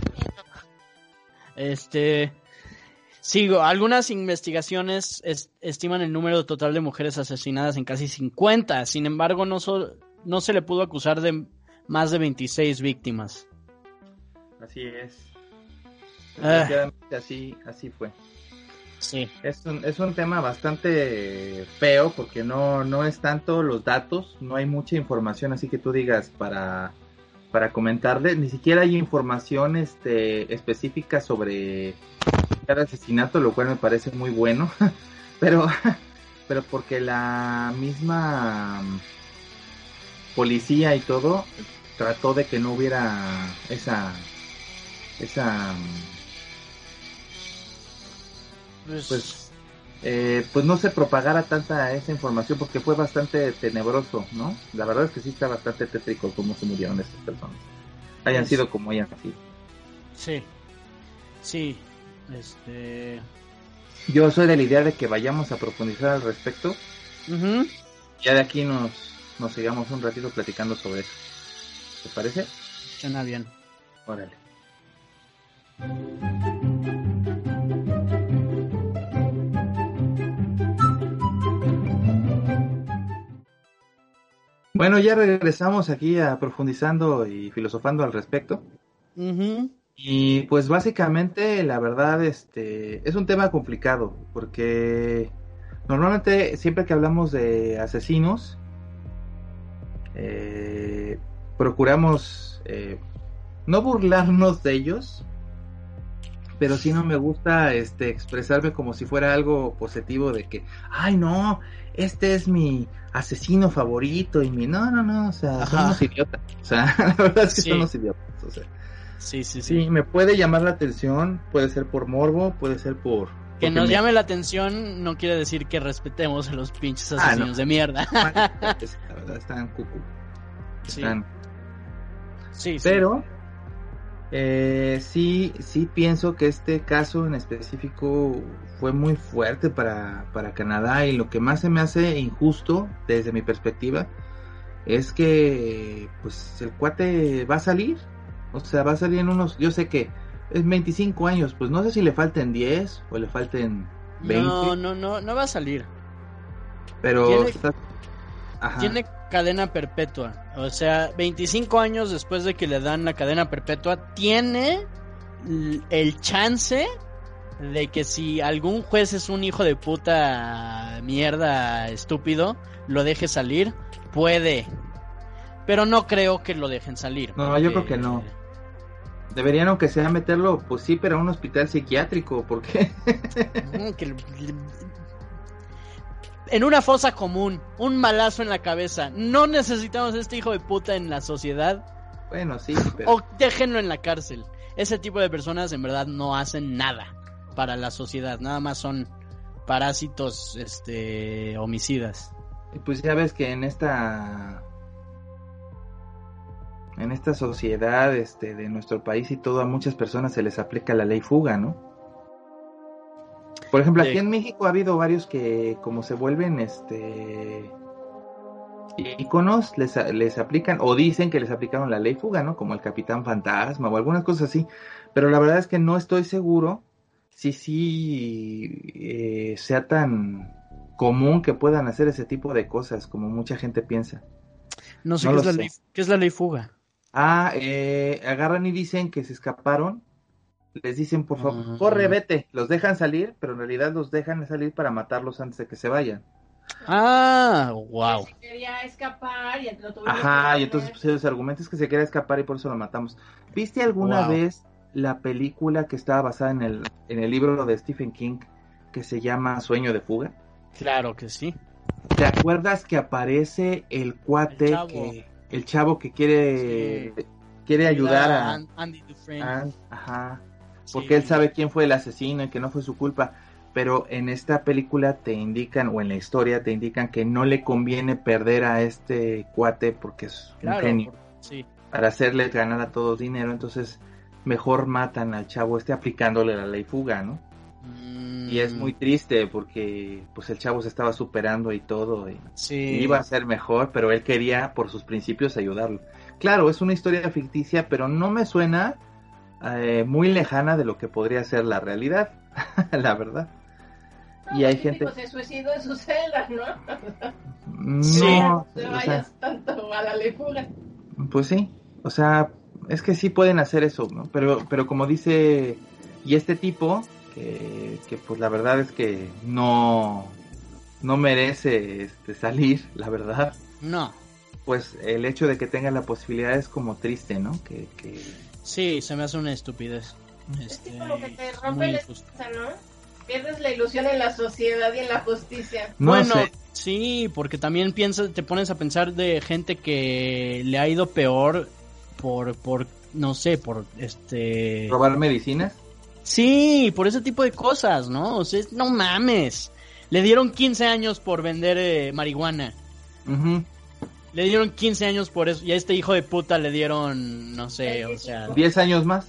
Este... Sigo, algunas investigaciones es, estiman el número total de mujeres asesinadas en casi cincuenta. Sin embargo, no, so, no se le pudo acusar de más de veintiséis víctimas. Así es. Ah. Así, así fue. Sí. Es un, es un tema bastante feo porque no, no es tanto los datos, no hay mucha información así que tú digas para, para comentarle, ni siquiera hay información este, específica sobre cada asesinato, lo cual me parece muy bueno, pero, pero porque la misma policía y todo trató de que no hubiera esa esa pues eh, pues no se propagara tanta esa información porque fue bastante tenebroso, ¿no? La verdad es que sí está bastante tétrico cómo se murieron estas personas, hayan pues, sido como hayan sido. Sí, sí, este... Yo soy de la idea de que vayamos a profundizar al respecto Uh-huh. Ya de aquí nos, nos sigamos un ratito platicando sobre eso. ¿Te parece? Suena bien. Órale. Bueno, ya regresamos aquí a profundizando y filosofando al respecto. Uh-huh. Y pues básicamente, la verdad, este, es un tema complicado, porque normalmente siempre que hablamos de asesinos, eh, procuramos eh, no burlarnos de ellos, pero sí no me gusta este expresarme como si fuera algo positivo de que, ay no, este es mi asesino favorito y mi, no, no, no, o sea, Ajá. son unos idiotas, o sea, la verdad es que Sí. son unos idiotas, o sea. Sí, sí, sí. Sí, me puede llamar la atención, puede ser por morbo, puede ser por... Que porque nos me- llame la atención no quiere decir que respetemos a los pinches Ah, asesinos no. de mierda. Es- la verdad están cucu. Sí. Están... Sí, sí. Pero eh, sí, sí pienso que este caso en específico fue muy fuerte para, para Canadá, y lo que más se me hace injusto desde mi perspectiva es que pues el cuate va a salir, o sea, va a salir en unos, yo sé que es veinticinco años, pues no sé si le falten diez o le falten veinte, No, no, no, no va a salir. pero tiene- está- Ajá. Tiene cadena perpetua. O sea, veinticinco años después de que le dan la cadena perpetua, tiene l- el chance de que si algún juez es un hijo de puta mierda estúpido, lo deje salir, puede. Pero no creo que lo dejen salir. No, yo porque- creo que no. Deberían, aunque sea, meterlo, pues sí, pero a un hospital psiquiátrico, porque Mm, que l- en una fosa común, un malazo en la cabeza. No necesitamos a este hijo de puta en la sociedad. bueno, sí, pero O déjenlo en la cárcel. Ese tipo de personas en verdad no hacen nada para la sociedad. Nada más son parásitos, este, homicidas. pues ya ves que en esta en esta sociedad este de nuestro país y todo, a muchas personas se les aplica la ley fuga, ¿no? Por ejemplo, aquí Sí. en México ha habido varios que como se vuelven este íconos, les, les aplican o dicen que les aplicaron la ley fuga, ¿no? Como el Capitán Fantasma o algunas cosas así, pero la verdad es que no estoy seguro si sí eh, sea tan común que puedan hacer ese tipo de cosas como mucha gente piensa. No sé No qué lo es la sé. ley. ¿Qué es la ley fuga? Ah, eh, agarran y dicen que se escaparon, les dicen por favor, Ah. corre, vete, los dejan salir, pero en realidad los dejan salir para matarlos antes de que se vayan. Ah, wow. Se quería escapar y lo tuvimos Ajá, que y entonces detener. pues, los argumentos es que se quiere escapar y por eso lo matamos. ¿Viste alguna Wow. vez la película que estaba basada en el, en el libro de Stephen King que se llama Sueño de Fuga? Claro que sí. ¿Te acuerdas que aparece el cuate, El chavo. que el chavo que quiere quiere ayudar a, An- Andy Dufresne. a- ajá, Sí. porque él sabe quién fue el asesino y que no fue su culpa, pero en esta película te indican, o en la historia te indican que no le conviene perder a este cuate porque es Claro, un genio, por- sí. para hacerle ganar a todos dinero, entonces mejor matan al chavo este aplicándole la ley fuga, ¿no? Mm, Y es muy triste porque pues el chavo se estaba superando y todo, y sí. iba a ser mejor, pero él quería por sus principios ayudarlo. Claro, es una historia ficticia, pero no me suena eh, muy lejana de lo que podría ser la realidad, la verdad. No, Y hay el gente... típico se suicidó en su celda, ¿no? No, Sí. No te o vayas sea, tanto a la ley fuga. pues sí, o sea, es que sí pueden hacer eso, ¿no? Pero, pero como dice, y este tipo, que, que pues la verdad es que no, no merece este, salir, la verdad, No. pues el hecho de que tenga la posibilidad es como triste, ¿no? Que, que... Sí, se me hace una estupidez. Es Este, tipo lo que te es rompe muy la injusto. esperanza, ¿no? Pierdes la ilusión en la sociedad y en la justicia. No Bueno, sé. sí, porque también piensas, te pones a pensar de gente que le ha ido peor por, por, no sé, por este... ¿Robar medicinas? Sí, por ese tipo de cosas, ¿no? O sea, es- no mames. Le dieron quince años por vender eh, marihuana. Ujú. Le dieron quince años por eso. Y a este hijo de puta le dieron, no sé, o sea... diez años más.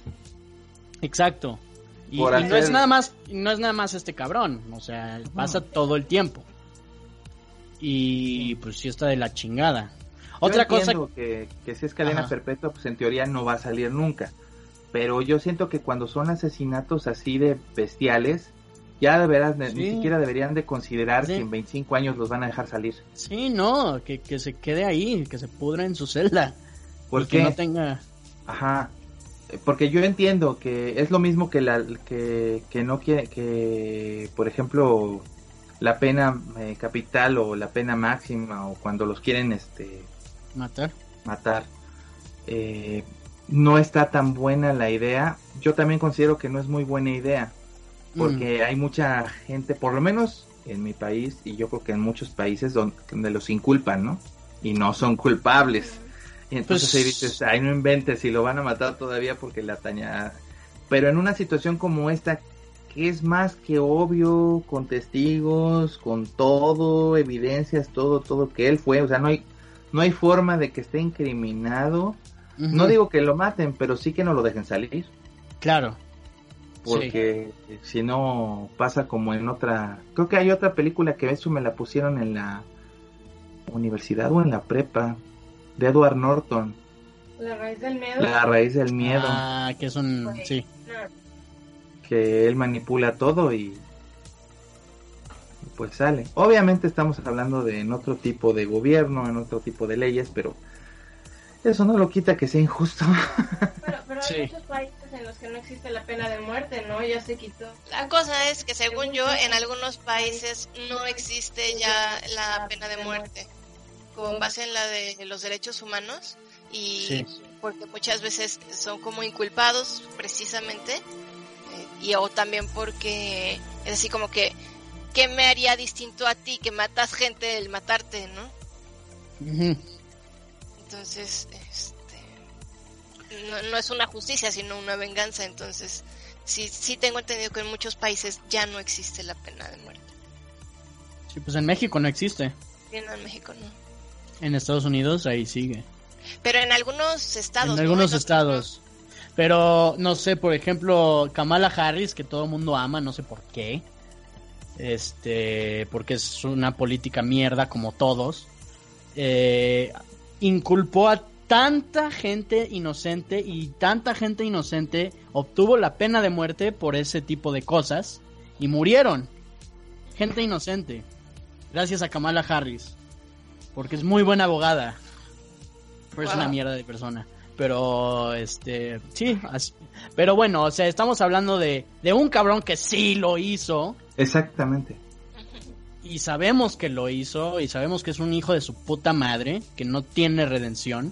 Exacto. Y, Por y no es hacer- nada más, y no es nada más este cabrón, o sea, pasa todo el tiempo. Y pues sí está de la chingada. Yo Otra cosa que, que si es cadena Ajá. perpetua, pues en teoría no va a salir nunca. Pero yo siento que cuando son asesinatos así de bestiales, ya de veras Sí. ni siquiera deberían de considerar Sí. que en veinticinco años los van a dejar salir. Sí, no, que, que se quede ahí, que se pudra en su celda. ¿Por y qué? que no tenga... Ajá. Porque yo entiendo que es lo mismo que la que, que no quiere que, por ejemplo, la pena eh, capital o la pena máxima o cuando los quieren este matar. matar. Eh, no está tan buena la idea. Yo también considero que no es muy buena idea. Porque mm. hay mucha gente, por lo menos en mi país, y yo creo que en muchos países donde, donde los inculpan, ¿no? Y no son culpables. Y entonces pues... ahí dices, ay, no inventes, si lo van a matar todavía porque la taña... Pero en una situación como esta, que es más que obvio, con testigos, con todo, evidencias, todo, todo que él fue, o sea, no hay, no hay forma de que esté incriminado. Uh-huh. No digo que lo maten, pero sí que no lo dejen salir. Claro. Porque sí. Si no pasa como en otra... Creo que hay otra película que eso me la pusieron en la universidad o en la prepa, de Edward Norton. La raíz del miedo. La raíz del miedo. Ah, que es un... Okay. Sí. Que él manipula todo y... pues sale. Obviamente estamos hablando de en otro tipo de gobierno, en otro tipo de leyes, pero... eso no lo quita que sea injusto. Pero, pero hay sí. muchos países en los que no existe la pena de muerte, ¿no? Ya se quitó. La cosa es que según yo, en algunos países no existe ya la pena de muerte, con base en la de los derechos humanos, y sí. porque muchas veces son como inculpados precisamente, eh, y o también porque es así como que, ¿qué me haría distinto a ti que matas gente el matarte, no? Uh-huh. Entonces, este, no, no es una justicia, sino una venganza. Entonces, sí, sí tengo entendido que en muchos países ya no existe la pena de muerte. Sí, pues en México no existe. Sí, no, en México no. En Estados Unidos ahí sigue. Pero en algunos estados. En algunos ¿no? En estados. No. Pero, no sé, por ejemplo, Kamala Harris, que todo el mundo ama, no sé por qué. Este, porque es una política mierda como todos. Eh... inculpó a tanta gente inocente y tanta gente inocente obtuvo la pena de muerte por ese tipo de cosas y murieron. Gente inocente. Gracias a Kamala Harris. Porque es muy buena abogada. Pero wow. Es una mierda de persona. Pero, este, sí. Así. Pero bueno, o sea, estamos hablando de, de un cabrón que sí lo hizo. Exactamente. Y sabemos que lo hizo, y sabemos que es un hijo de su puta madre, que no tiene redención.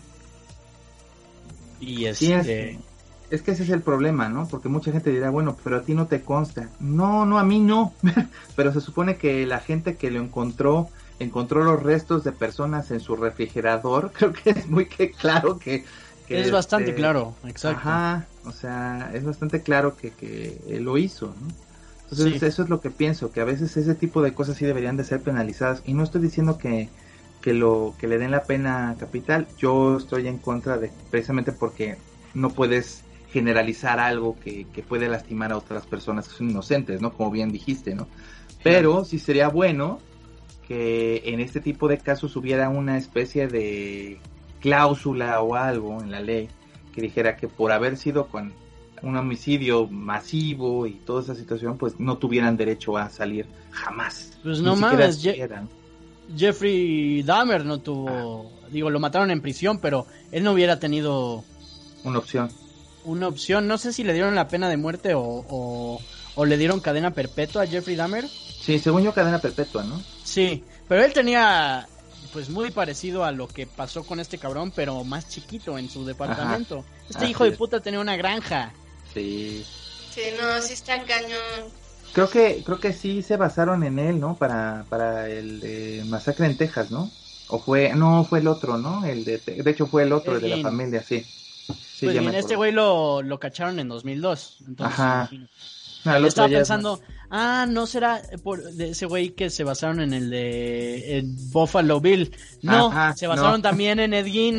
Y este... Sí, es, es que ese es el problema, ¿no? Porque mucha gente dirá, bueno, pero a ti no te consta. No, no, a mí no. Pero se supone que la gente que lo encontró, encontró los restos de personas en su refrigerador. Creo que es muy que claro que... que es bastante este, claro, exacto. Ajá, o sea, es bastante claro que, que él lo hizo, ¿no? Entonces sí. Eso es lo que pienso, que a veces ese tipo de cosas sí deberían de ser penalizadas, y no estoy diciendo que, que lo que le den la pena capital. Yo estoy en contra de, precisamente porque no puedes generalizar algo que, que puede lastimar a otras personas que son inocentes, ¿no? Como bien dijiste, ¿no? Pero sí sería bueno que en este tipo de casos hubiera una especie de cláusula o algo en la ley que dijera que por haber sido con un homicidio masivo y toda esa situación, pues no tuvieran derecho a salir jamás. Pues no mames, Je- Jeffrey Dahmer no tuvo, ah. digo, lo mataron en prisión, pero él no hubiera tenido una opción. Una opción, no sé si le dieron la pena de muerte o, o, o le dieron cadena perpetua a Jeffrey Dahmer. Sí, según yo cadena perpetua, ¿no? Sí, pero él tenía pues muy parecido a lo que pasó con este cabrón, pero más chiquito en su departamento. Ajá. Este Así hijo es. de puta tenía una granja. Sí. Sí, no, sí está cañón. Creo que creo que sí se basaron en él, ¿no? Para para el eh, masacre en Texas, ¿no? O fue no fue el otro, ¿no? El de de hecho fue el otro el de bien. La familia, sí. Sí, pues bien, este güey lo lo cacharon en dos mil dos, entonces Ajá. No, yo estaba pensando, ah, ¿no será por de ese güey que se basaron en el de el Buffalo Bill? No, Ajá, se basaron no. también en Ed Gein.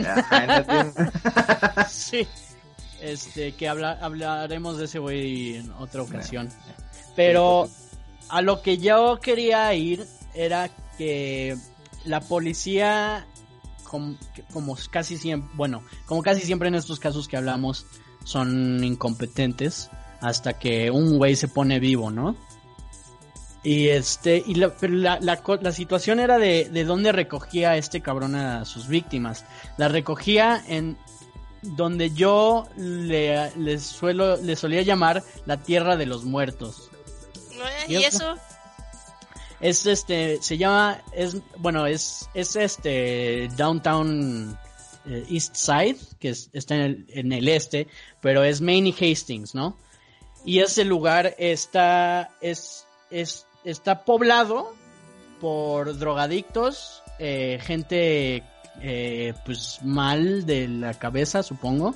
Sí, este, que habla, hablaremos de ese güey en otra ocasión. Pero a lo que yo quería ir era que la policía, como, como casi siempre, bueno, como casi siempre en estos casos que hablamos, son incompetentes hasta que un güey se pone vivo, ¿no? Y este, y la, pero la, la, la situación era de, de dónde recogía este cabrón a sus víctimas. La recogía en donde yo le, le suelo, le solía llamar la tierra de los muertos. ¿Y eso? Es este, se llama, es, bueno, es, es este, Downtown eh, East Side, que es, está en el, en el este, pero es Main y Hastings, ¿no? Y ese lugar está, es, es, está poblado por drogadictos, eh, gente, eh, pues mal de la cabeza, supongo,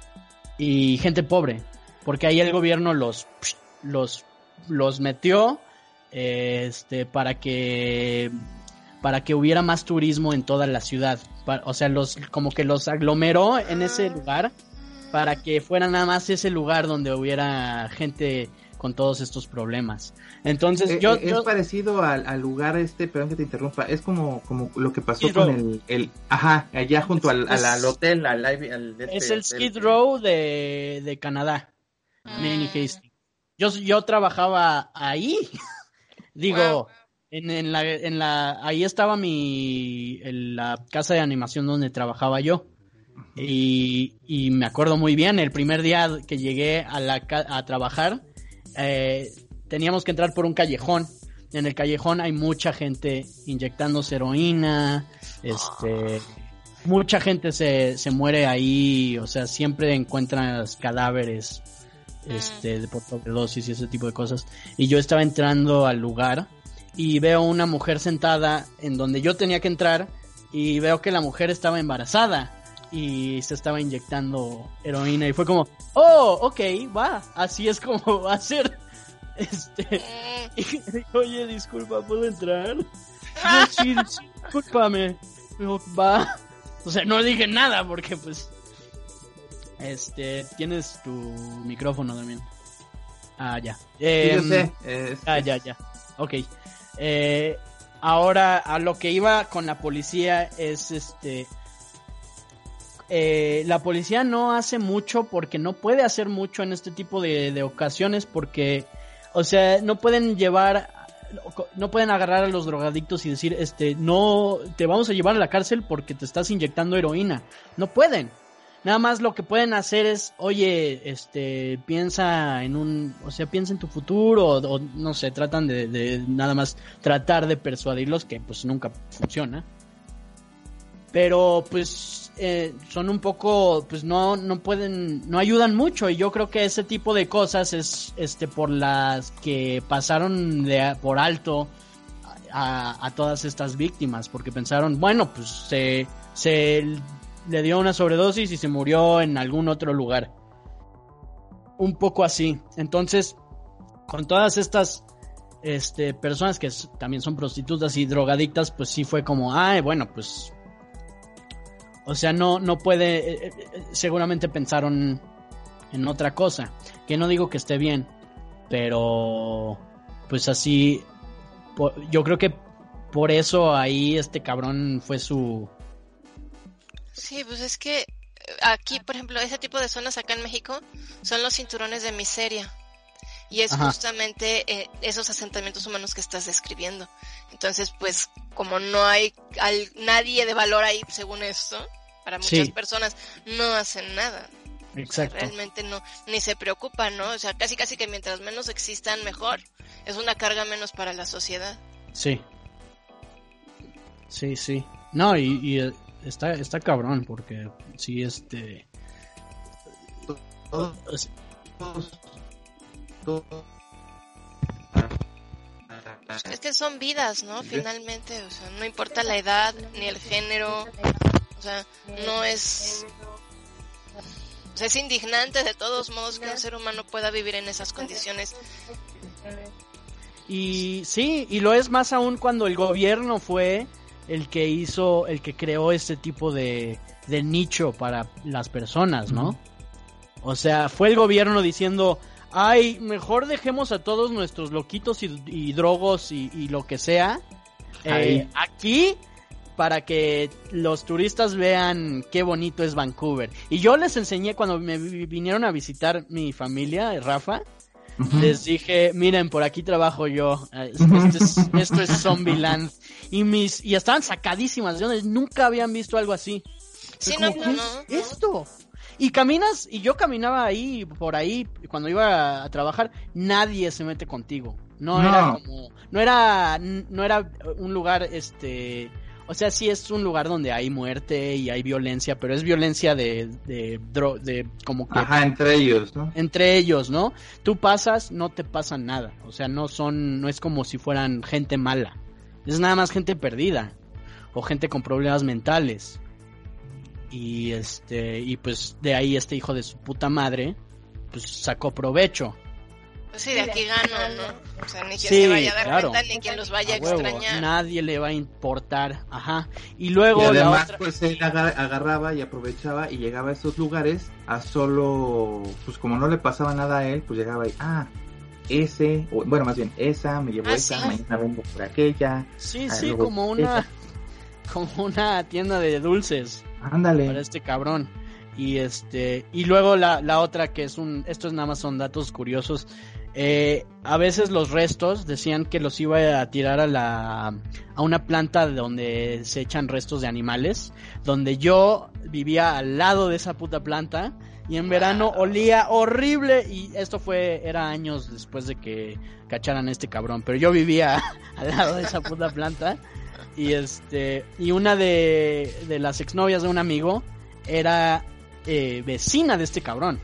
y gente pobre, porque ahí el gobierno los, los, los metió, eh, este, para que, para que hubiera más turismo en toda la ciudad, para, o sea, los, como que los aglomeró en ese lugar, para que fuera nada más ese lugar donde hubiera gente con todos estos problemas. Entonces, eh, yo... Es yo... parecido al, al lugar este, perdón que te interrumpa, es como, como lo que pasó Skid con el, el... Ajá, allá junto es, al, al, al hotel, al, al de este es el hotel. Skid Row de, de Canadá, Main y Hastings. Yo, yo trabajaba ahí, digo... Wow. En, en la, en la, ahí estaba mi, en la casa de animación donde trabajaba yo. Y, y me acuerdo muy bien, el primer día que llegué a, la, a trabajar, eh, teníamos que entrar por un callejón. En el callejón hay mucha gente inyectándose heroína, este, mucha gente se, se muere ahí, o sea, siempre encuentras cadáveres, este, de por sobredosis y ese tipo de cosas. Y yo estaba entrando al lugar y veo una mujer sentada en donde yo tenía que entrar y veo que la mujer estaba embarazada y se estaba inyectando heroína y fue como, oh, ok, va, así es como va a ser. Este, y me dijo, oye, disculpa, ¿puedo entrar? Yo, sí, sí, discúlpame. Me dijo, va. O sea, no dije nada porque pues, este, tienes tu micrófono también. Ah, ya. Eh, sí, yo sé. Es, ah, ya, ya. Ok. Eh, ahora, a lo que iba con la policía es este... Eh, la policía no hace mucho porque no puede hacer mucho en este tipo de, de ocasiones porque, o sea, no pueden llevar, no pueden agarrar a los drogadictos y decir, este, no, te vamos a llevar a la cárcel porque te estás inyectando heroína. No pueden. Nada más lo que pueden hacer es, oye, este, piensa en un, o sea, piensa en tu futuro, o, o no sé, tratan de, de nada más tratar de persuadirlos, que pues nunca funciona. Pero pues eh, son un poco, pues no, no pueden, no ayudan mucho, y yo creo que ese tipo de cosas es, este, por las que pasaron de, por alto a, a todas estas víctimas, porque pensaron, bueno, pues se, se le dio una sobredosis y se murió en algún otro lugar. Un poco así. Entonces, con todas estas este, personas que también son prostitutas y drogadictas, pues sí fue como, ay, bueno, pues... O sea, no, no puede, eh, eh, seguramente pensaron en otra cosa, que no digo que esté bien, pero pues así, por, yo creo que por eso ahí este cabrón fue su... Sí, pues es que aquí, por ejemplo, ese tipo de zonas acá en México son los cinturones de miseria. Y es Ajá. justamente eh, esos asentamientos humanos que estás describiendo. Entonces, pues, como no hay al, nadie de valor ahí, según esto, para muchas sí. personas, no hacen nada. Exacto. O sea, realmente no, ni se preocupan, ¿no? O sea, casi casi que mientras menos existan, mejor. Es una carga menos para la sociedad. Sí. Sí, sí. No, y, y está, está cabrón, porque sí, este... Todos... Es que son vidas, ¿no? Finalmente, o sea, no importa la edad ni el género, o sea, no es, o sea, es indignante de todos modos que un ser humano pueda vivir en esas condiciones. Y sí, y lo es más aún cuando el gobierno fue el que hizo, el que creó este tipo de, de nicho para las personas, ¿no? O sea, fue el gobierno diciendo, ay, mejor dejemos a todos nuestros loquitos y, y drogos y, y lo que sea eh, aquí, para que los turistas vean qué bonito es Vancouver. Y yo les enseñé cuando me vinieron a visitar mi familia, Rafa, uh-huh. les dije, miren, por aquí trabajo yo, este es, esto es Zombieland. Y mis y estaban sacadísimas, de donde nunca habían visto algo así. Sí, como, no, ¿qué no, es no. esto? Y caminas, y yo caminaba ahí, por ahí, cuando iba a, a trabajar, nadie se mete contigo. No, no era como, no era, no era un lugar, este, o sea, sí es un lugar donde hay muerte y hay violencia, pero es violencia de, de, de, de como que. Ajá, entre ellos, ¿no? Entre ellos, ¿no? Tú pasas, no te pasa nada, o sea, no son, no es como si fueran gente mala, es nada más gente perdida, o gente con problemas mentales. Y este, y pues de ahí este hijo de su puta madre, pues sacó provecho. Pues sí, de aquí gano, ¿no? O sea, ni quien sí, se vaya a dar claro. cuenta, ni quien los vaya a, a extrañar. Huevo, nadie le va a importar, ajá. Y luego y además, la otra... pues él agarraba y aprovechaba y llegaba a esos lugares a solo, pues como no le pasaba nada a él, pues llegaba y, ah, ese, o, bueno, más bien, esa, me llevo ah, esa, sí. mañana vengo por aquella. Sí, ah, sí, luego, como una, esa. como una tienda de dulces. Ándale. Para este cabrón. Y este, y luego la, la otra que es un, estos nada más son datos curiosos. Eh, a veces los restos decían que los iba a tirar a la a una planta donde se echan restos de animales, donde yo vivía al lado de esa puta planta y en verano olía horrible y esto fue era años después de que cacharan a este cabrón, pero yo vivía al lado de esa puta planta y este y una de de las exnovias de un amigo era eh, vecina de este cabrón.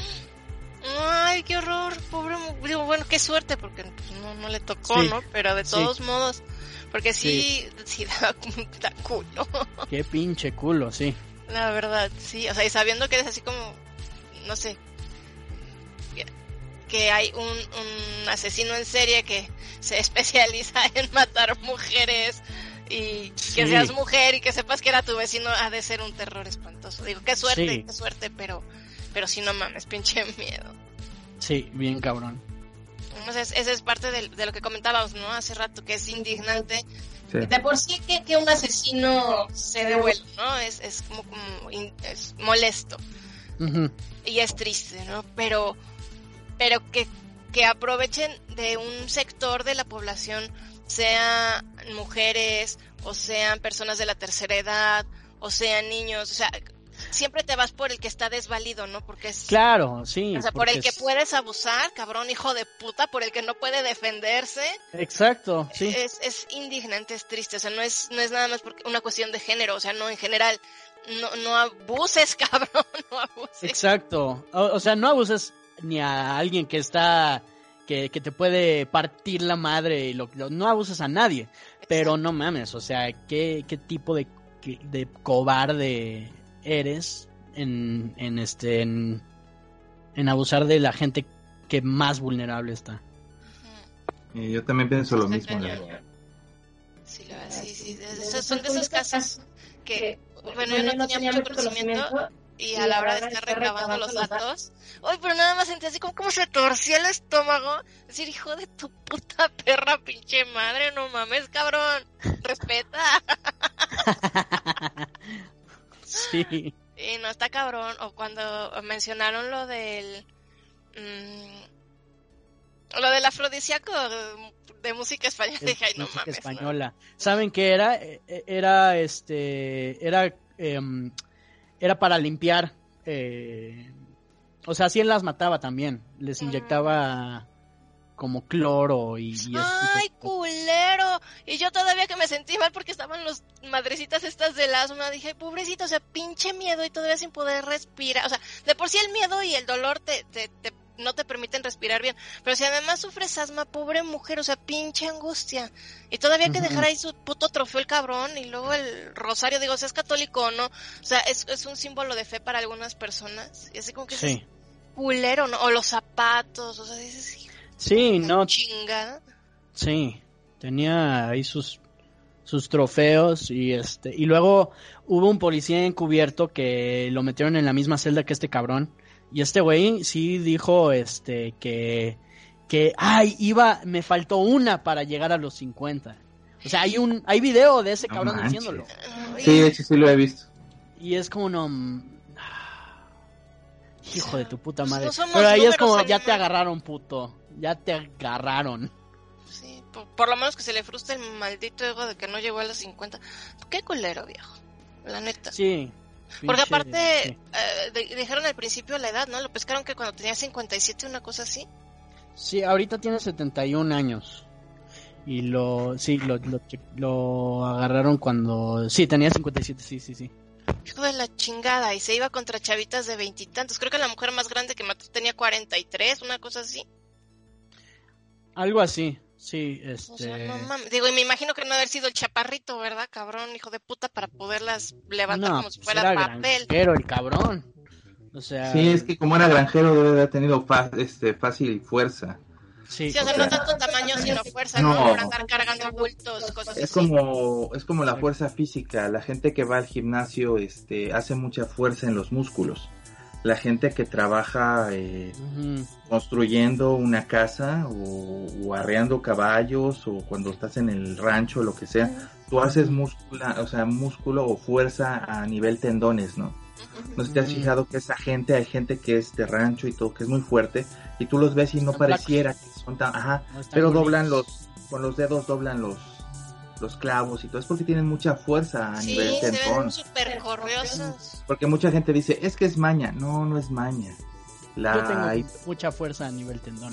Ay, qué horror, pobre, digo, bueno, qué suerte, porque pues, no, no le tocó, sí, ¿no? Pero de todos sí. modos, porque sí, sí, sí da, da culo. Qué pinche culo, sí. La verdad, sí, o sea, y sabiendo que eres así como, no sé, que, que hay un, un asesino en serie que se especializa en matar mujeres y que sí. seas mujer y que sepas que era tu vecino, ha de ser un terror espantoso. Digo, qué suerte, sí. qué suerte, pero... Pero si no mames, pinche miedo. Sí, bien cabrón. Entonces, esa es parte de, de lo que comentábamos, ¿no? Hace rato, que es indignante. Sí. De por sí que, que un asesino se devuelva, ¿no? Es, es como, como in, es molesto. Uh-huh. Y es triste, ¿no? Pero, pero que, que aprovechen de un sector de la población, sean mujeres, o sean personas de la tercera edad, o sean niños, o sea... Siempre te vas por el que está desvalido, ¿no? Porque es... Claro, sí. O sea, por el que es... puedes abusar, cabrón, hijo de puta, por el que no puede defenderse. Exacto, sí. Es, es indignante, es triste, o sea, no es, no es nada más porque una cuestión de género, o sea, no, en general, no, no abuses, cabrón, no abuses. Exacto, o, o sea, no abuses ni a alguien que está, que, que te puede partir la madre, y lo, lo, no abuses a nadie, exacto. Pero no mames, o sea, ¿qué, qué tipo de, de cobarde eres en, en este en, en abusar de la gente que más vulnerable está? Y yo también pienso lo mismo. Sí, la, sí, sí, esos son de esos casos que, bueno, yo no tenía mucho conocimiento y a la hora de estar recabando los datos, uy, pero nada más sentí así como, como se torcía el estómago, decir, hijo de tu puta perra, pinche madre, no mames, cabrón, respeta. Sí. Y no está cabrón. O cuando mencionaron lo del mmm, lo del afrodisíaco de, de música española, dije, ay, no música mames, española. ¿no? ¿Saben qué era? Era este era eh, era para limpiar, eh, o sea, sí él las mataba también, les inyectaba como cloro y, y ¡ay, culero! Y yo todavía que me sentí mal porque estaban los madrecitas estas del asma, dije, pobrecito, o sea, pinche miedo y todavía sin poder respirar, o sea, de por sí el miedo y el dolor te, te, te no te permiten respirar bien, pero si además sufres asma, pobre mujer, o sea, pinche angustia, y todavía que uh-huh. dejar ahí su puto trofeo el cabrón, y luego el rosario, digo, si es católico o no, o sea, es, es un símbolo de fe para algunas personas, y así como que sí. es culero, ¿no? O los zapatos, o sea, dices, sí, no. Chinga. Sí, tenía ahí sus sus trofeos y este y luego hubo un policía encubierto que lo metieron en la misma celda que este cabrón y este güey sí dijo este que que ay, iba me faltó una para llegar a los cincuenta. O O sea, hay un hay video de ese No cabrón manches. diciéndolo. Sí, de hecho sí lo he visto. Y es como no... Hijo de tu puta Pues madre. no somos Pero ahí es números, como, animal. ya te agarraron, puto. Ya te agarraron. Sí, por, por lo menos que se le frustre el maldito ego de que no llegó a los cincuenta. Qué culero, viejo. La neta. Sí. Porque pinche- aparte, sí. eh, de- dijeron al principio la edad, ¿no? Lo pescaron que cuando tenía cincuenta y siete, una cosa así. Sí, ahorita tiene setenta y un años. Y lo, sí, lo, lo, che- lo agarraron cuando... Sí, tenía cincuenta y siete, sí, sí, sí. Hijo de la chingada. Y se iba contra chavitas de veintitantos. Creo que la mujer más grande que mató tenía cuarenta y tres, una cosa así. Algo así, sí, O este... sea, no mames. Digo, y me imagino que no haber sido el chaparrito, ¿verdad, cabrón? Hijo de puta, para poderlas levantar No, como si pues fuera era papel. granjero el cabrón. O sea... Sí, es que como era granjero debe de haber tenido fa- este, fácil fuerza. Sí, Sí, o sea, o no sea, tanto tamaño, sino fuerza, no. ¿no? Por andar cargando bultos, cosas Es así. como es como la fuerza física. La gente que va al gimnasio este, hace mucha fuerza en los músculos. La gente que trabaja eh, Ujú. construyendo una casa o, o arreando caballos o cuando estás en el rancho o lo que sea, tú haces múscula, o sea, músculo o fuerza a nivel tendones, ¿no? No sé si te has Ujú. fijado que esa gente, hay gente que es de rancho y todo, que es muy fuerte, y tú los ves y no Son pareciera que son tan, ajá, No están pero gorditos. doblan los, con los dedos doblan los, los clavos y todo, es porque tienen mucha fuerza a Sí, nivel se tendón. ven súper corriosos. Porque mucha gente dice, es que es maña. No, no es maña. La... Yo tengo mucha fuerza a nivel tendón.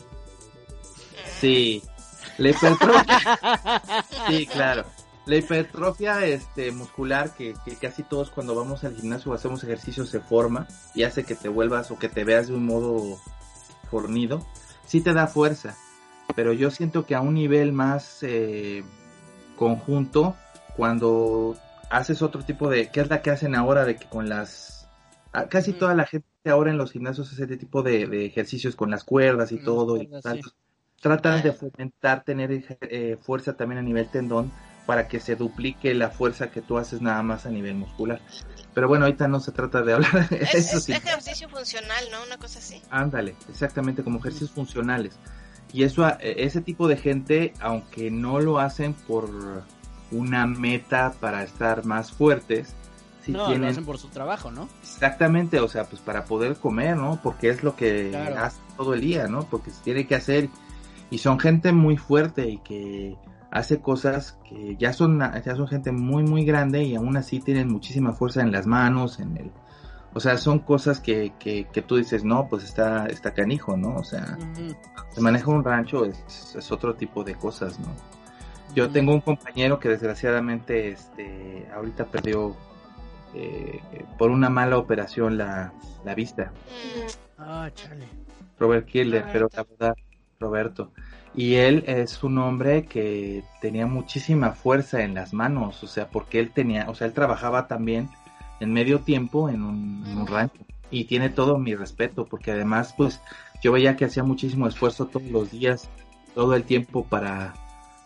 Sí. La hipertrofia. Sí, claro. La hipertrofia este, muscular que, que casi todos cuando vamos al gimnasio o hacemos ejercicio se forma y hace que te vuelvas o que te veas de un modo fornido. Sí te da fuerza. Pero yo siento que a un nivel más eh, conjunto, cuando haces otro tipo de... ¿Qué es la que hacen ahora de que con las... Casi Mm. toda la gente ahora en los gimnasios hace este tipo de, de ejercicios con las cuerdas y Con las todo. Y cuerdas, tantos. sí. Tratan de fomentar tener eh, fuerza también a nivel tendón para que se duplique la fuerza que tú haces nada más a nivel muscular. Pero bueno, ahorita no se trata de hablar de Es, eso. es Sí. ejercicio funcional, ¿no? Una cosa así. Ándale, exactamente, como ejercicios funcionales. Y eso, eh, ese tipo de gente, aunque no lo hacen por una meta para estar más fuertes, sí No, lo tienen hacen por su trabajo, ¿no? exactamente, o sea, pues para poder comer, ¿no? Porque es lo que Claro. hace todo el día, ¿no? Porque se tiene que hacer y son gente muy fuerte y que hace cosas que ya son ya son gente muy muy grande y aún así tienen muchísima fuerza en las manos, en el, o sea, son cosas que, que, que tú dices, no, pues está está canijo, ¿no? O sea, Ujú. se maneja un rancho es, es otro tipo de cosas, ¿no? Yo Ujú. tengo un compañero que desgraciadamente este ahorita perdió eh, por una mala operación la, la vista. Mm, Ah, chale. Robert Killer, pero Roberto. la verdad, Roberto. Y él es un hombre que tenía muchísima fuerza en las manos, o sea, porque él tenía, o sea, él trabajaba también en medio tiempo en un, en un rancho. Y tiene todo mi respeto, porque además, pues, yo veía que hacía muchísimo esfuerzo todos los días, todo el tiempo para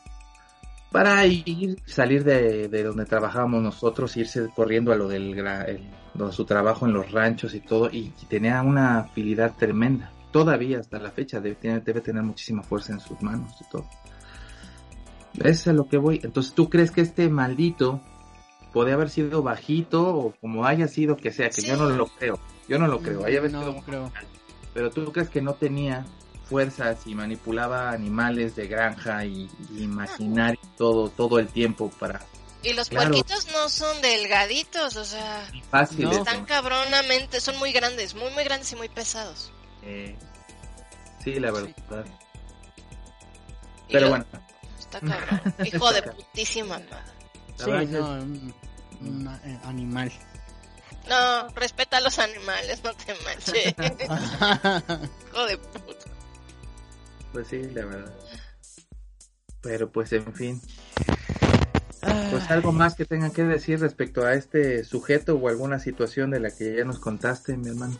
para ir, salir de, de donde trabajábamos nosotros, irse corriendo a lo del gra- el- lo- su trabajo en los ranchos y todo, y tenía una agilidad tremenda. Todavía hasta la fecha debe tener, debe tener muchísima fuerza en sus manos y todo. Eso es a lo que voy. Entonces, ¿tú crees que este maldito puede haber sido bajito o como haya sido que sea? Que Sí. yo no lo creo. Yo no lo creo. Haya No, sido- creo. Pero tú crees que no tenía fuerzas y manipulaba animales de granja y, y maquinaria todo todo el tiempo para Y los Claro. puerquitos no son delgaditos, o sea, fáciles. No. están cabronamente, son muy grandes, muy muy grandes y muy pesados. Eh, sí, la verdad. Y Pero lo- bueno, Está cabrón. Hijo de putísima madre. la Sí, verdad no, un, un, eh, animal. No, respeta a los animales, no te manches. Hijo de puta. pues sí, la verdad. Pero pues en fin, pues algo más que tengan que decir respecto a este sujeto o alguna situación de la que ya nos contaste, mi hermano.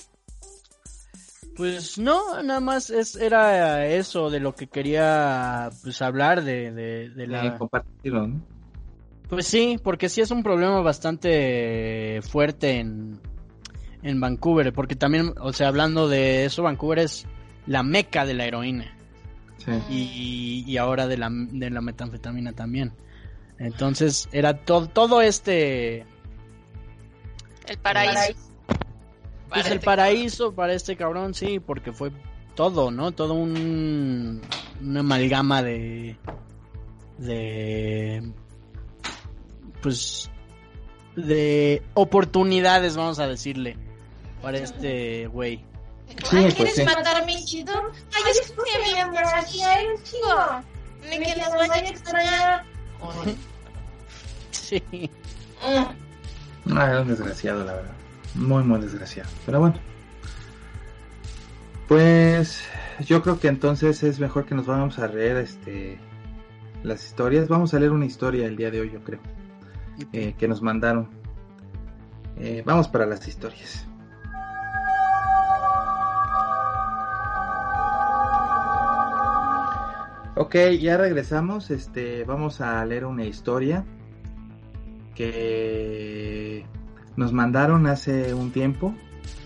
Pues no, nada más es era eso de lo que quería pues hablar de, de, de Eh, la... compartirlo, ¿no? Pues sí, porque sí es un problema bastante fuerte en, en Vancouver, porque también, o sea, hablando de eso, Vancouver es la meca de la heroína Sí. y, y ahora de la, de la metanfetamina también. Entonces era to- todo este... El paraíso. Pues el paraíso para este cabrón, sí, porque fue todo, ¿no? Todo un... una amalgama de... de... pues... de oportunidades, vamos a decirle, para este güey. Sí, Ay, pues ¿quieres sí. matarme, chido? Ay, es que mi amor, así eres, chido. Ni Me que que les los vaya vaya a extrañar. Sí. Mm. Ah, era un desgraciado, la verdad. Muy, muy desgraciado. Pero bueno. Pues yo creo que entonces es mejor que nos vamos a leer este las historias. Vamos a leer una historia el día de hoy, yo creo. Eh, que nos mandaron. Eh, vamos para las historias. Ok, ya regresamos. Este, vamos a leer una historia que nos mandaron hace un tiempo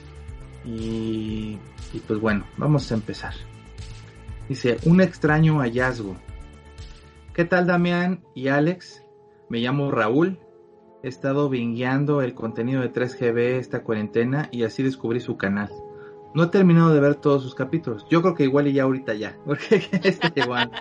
y, y pues bueno, vamos a empezar. Dice, un extraño hallazgo. ¿Qué tal, Damián y Alex? Me llamo Raúl. He estado bingeando el contenido de tres G B esta cuarentena y así descubrí su canal. No he terminado de ver todos sus capítulos. Yo creo que igual y ya ahorita ya, porque este llegó antes.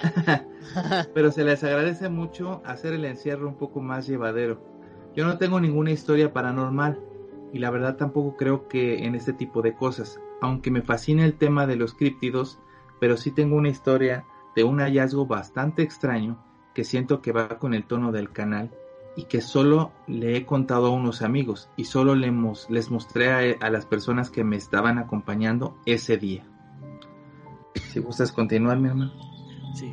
Pero se les agradece mucho hacer el encierro un poco más llevadero. Yo no tengo ninguna historia paranormal y la verdad tampoco creo que en este tipo de cosas, aunque me fascina el tema de los críptidos, pero sí tengo una historia de un hallazgo bastante extraño que siento que va con el tono del canal y que solo le he contado a unos amigos y solo le mos- les mostré a, a las personas que me estaban acompañando ese día. Si gustas continuar, mi hermano. Sí.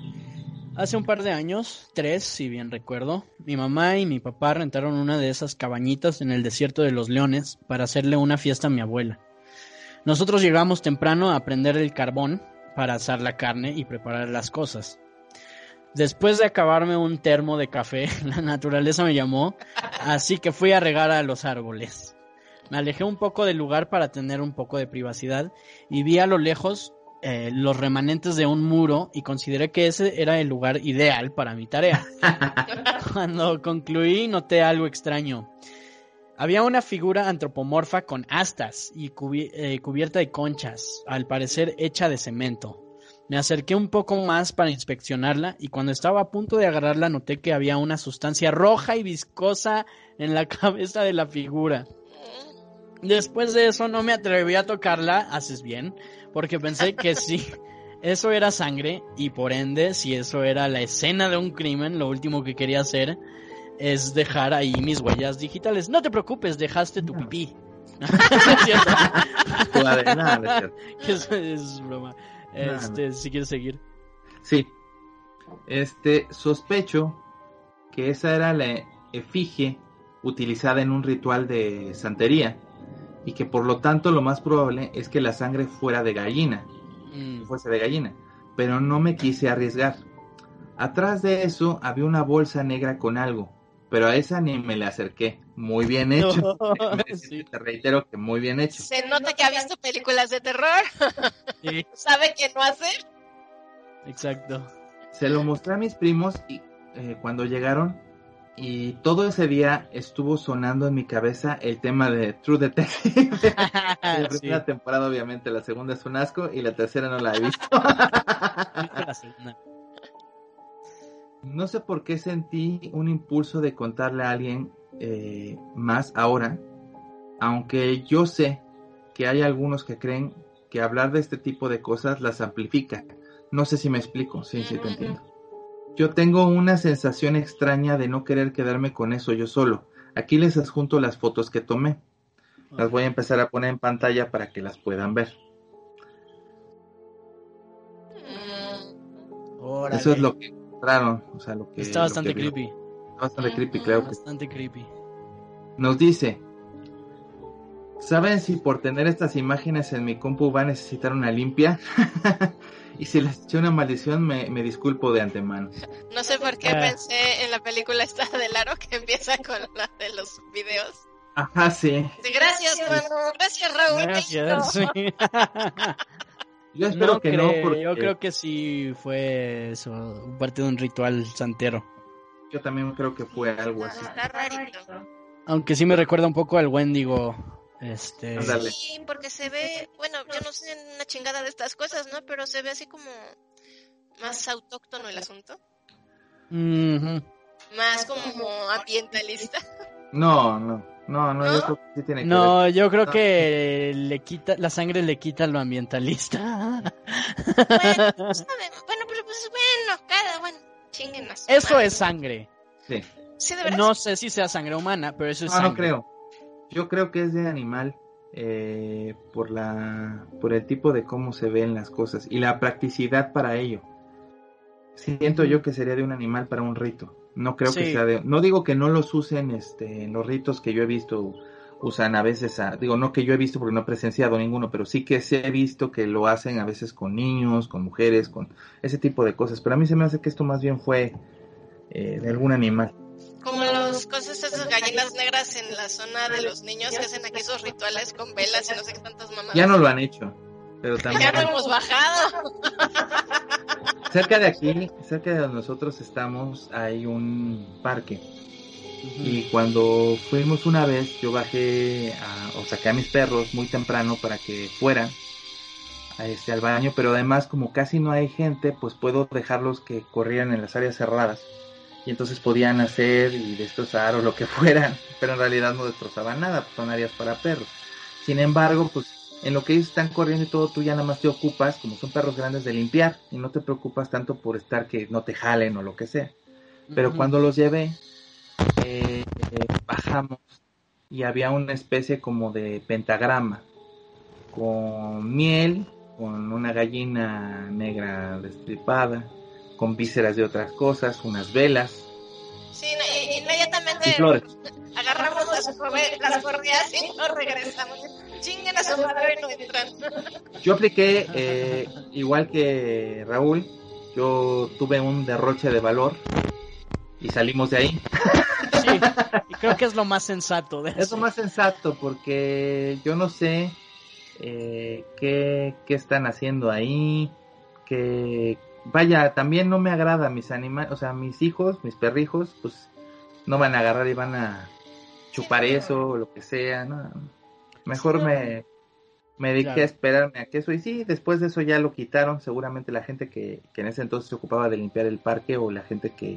Hace un par de años, tres si bien recuerdo, mi mamá y mi papá rentaron una de esas cabañitas en el desierto de los Leones para hacerle una fiesta a mi abuela. Nosotros llegamos temprano a prender el carbón para asar la carne y preparar las cosas. Después de acabarme un termo de café, la naturaleza me llamó, así que fui a regar a los árboles. Me alejé un poco del lugar para tener un poco de privacidad y vi a lo lejos eh, los remanentes de un muro y consideré que ese era el lugar ideal para mi tarea. Cuando concluí noté algo extraño. Había una figura antropomorfa con astas y cubi- eh, cubierta de conchas, al parecer hecha de cemento. Me acerqué un poco más para inspeccionarla y cuando estaba a punto de agarrarla noté que había una sustancia roja y viscosa en la cabeza de la figura. Después de eso no me atreví a tocarla, haces bien, porque pensé que sí, eso era sangre y por ende, si eso era la escena de un crimen, lo último que quería hacer es dejar ahí mis huellas digitales. No te preocupes, dejaste tu pipí. ¿Es cierto? Claro, no, no es cierto. Eso es broma. Este, No, no. si quieres seguir. Sí. Este, sospecho que esa era la efigie utilizada en un ritual de santería y que por lo tanto lo más probable es que la sangre fuera de gallina, Mm. fuese de gallina, pero no me quise arriesgar. Atrás de eso había una bolsa negra con algo, pero a esa ni me le acerqué. Muy bien hecho. Déjame decirte, Sí. Te reitero que muy bien hecho. Se nota que ha visto películas de terror. Sí, Sabe qué no hacer. exacto. Se lo mostré a mis primos y eh, cuando llegaron y todo ese día estuvo sonando en mi cabeza el tema de True Detective. La Sí. primera temporada obviamente, la segunda es un asco y la tercera no la he visto. La segunda. No sé por qué sentí un impulso de contarle a alguien eh, más ahora, aunque yo sé que hay algunos que creen que hablar de este tipo de cosas las amplifica. No sé si me explico, sí, sí te entiendo. Yo tengo una sensación extraña de no querer quedarme con eso yo solo. Aquí les adjunto las fotos que tomé. Las voy a empezar a poner en pantalla para que las puedan ver. Órale. Eso es lo que encontraron, o sea, lo que Está lo bastante que vio. creepy. Está bastante creepy, claro que sí. Bastante creepy. Nos dice, ¿saben si por tener estas imágenes en mi compu va a necesitar una limpia? Y si les eché una maldición, me, me disculpo de antemano. No sé por qué Ah. pensé en la película esta de Laro que empieza con la de los videos. Ajá, sí. Sí, gracias, Manu. Gracias, Raúl. Gracias. Sí. Yo espero No que creo, no, porque yo creo que sí fue eso, parte de un ritual santero. yo también creo que fue algo así. Está rarito. Aunque sí me recuerda un poco al Wendigo. Este... Ándale. Sí, porque se ve, bueno, yo no sé una chingada de estas cosas, ¿no? Pero se ve así como más autóctono el asunto. Ujú. Más como ambientalista. No, no, no, no, ¿No? yo creo que sí tiene que No, ver. yo creo que le quita, la sangre le quita lo ambientalista. Bueno, pues, sabe, bueno, pero pues bueno, cada, bueno, chinguen a su Eso madre. es sangre. Sí. Sí, de verdad. No sé si sea sangre humana, pero eso es No, no sangre. creo. Yo creo que es de animal, eh, por la, por el tipo de cómo se ven las cosas y la practicidad para ello. Siento yo que sería de un animal para un rito. No creo que Sí. sea de, no digo que no los usen, este, en los ritos que yo he visto, usan a veces, a, digo no que yo he visto porque no he presenciado ninguno, pero sí que sí he visto que lo hacen a veces con niños, con mujeres, con ese tipo de cosas. Pero a mí se me hace que esto más bien fue eh, de algún animal. Como los cosas, esas gallinas negras en la zona de los niños que hacen aquí esos rituales con velas y no sé qué tantas mamadas. Ya no lo han hecho, pero también. Ya no hemos bajado. Cerca de aquí, cerca de donde nosotros estamos, hay un parque. Y cuando fuimos una vez, yo bajé a, o saqué a mis perros muy temprano para que fueran a este, al baño, pero además como casi no hay gente, pues puedo dejarlos que corrieran en las áreas cerradas. Y entonces podían hacer y destrozar o lo que fueran, pero en realidad no destrozaban nada, pues son áreas para perros. Sin embargo, pues en lo que ellos están corriendo y todo, tú ya nada más te ocupas, como son perros grandes, de limpiar y no te preocupas tanto por estar que no te jalen o lo que sea. Pero Ujú. cuando los llevé, eh, eh, bajamos y había una especie como de pentagrama con miel, con una gallina negra destripada, con vísceras de otras cosas, unas velas Sí, no, y inmediatamente y flores. agarramos las, corre- las correas y nos regresamos. Chinguen a su madre y no entran. Yo apliqué, eh, igual que Raúl, yo tuve un derroche de valor y salimos de ahí. Sí, y creo que es lo más sensato de Es eso. lo más sensato porque yo no sé eh, qué, qué están haciendo ahí, que vaya, también no me agrada mis animales, o sea, mis hijos, mis perrijos, pues no van a agarrar y van a chupar eso o lo que sea, ¿no? Mejor me, me dediqué Claro. a esperarme a que eso, y sí, después de eso ya lo quitaron, seguramente la gente que, que en ese entonces se ocupaba de limpiar el parque o la gente que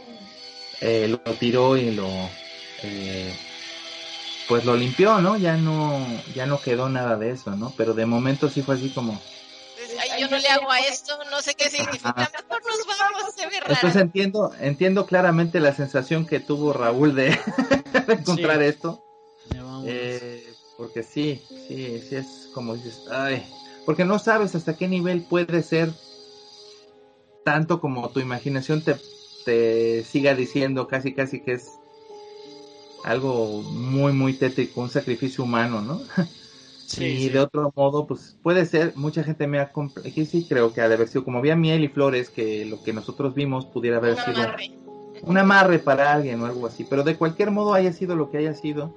eh, lo tiró y lo eh, pues lo limpió, ¿no? Ya no, ya no quedó nada de eso, ¿no? Pero de momento sí fue así como, Ay, yo no le hago a esto, no sé qué significa. Ajá. Mejor nos vamos, se ve raro. entonces entiendo, entiendo claramente la sensación que tuvo Raúl de, de encontrar Sí. esto. Ya vamos. Eh, porque sí, sí, sí es como dices, ay, porque no sabes hasta qué nivel puede ser tanto como tu imaginación te, te siga diciendo casi casi que es algo muy muy tétrico, un sacrificio humano, ¿no? Sí, y sí. de otro modo, pues puede ser, mucha gente me ha comprado, aquí sí creo que ha de haber sido, como había miel y flores, que lo que nosotros vimos pudiera haber Un sido amarre. un amarre para alguien o algo así, pero de cualquier modo haya sido lo que haya sido,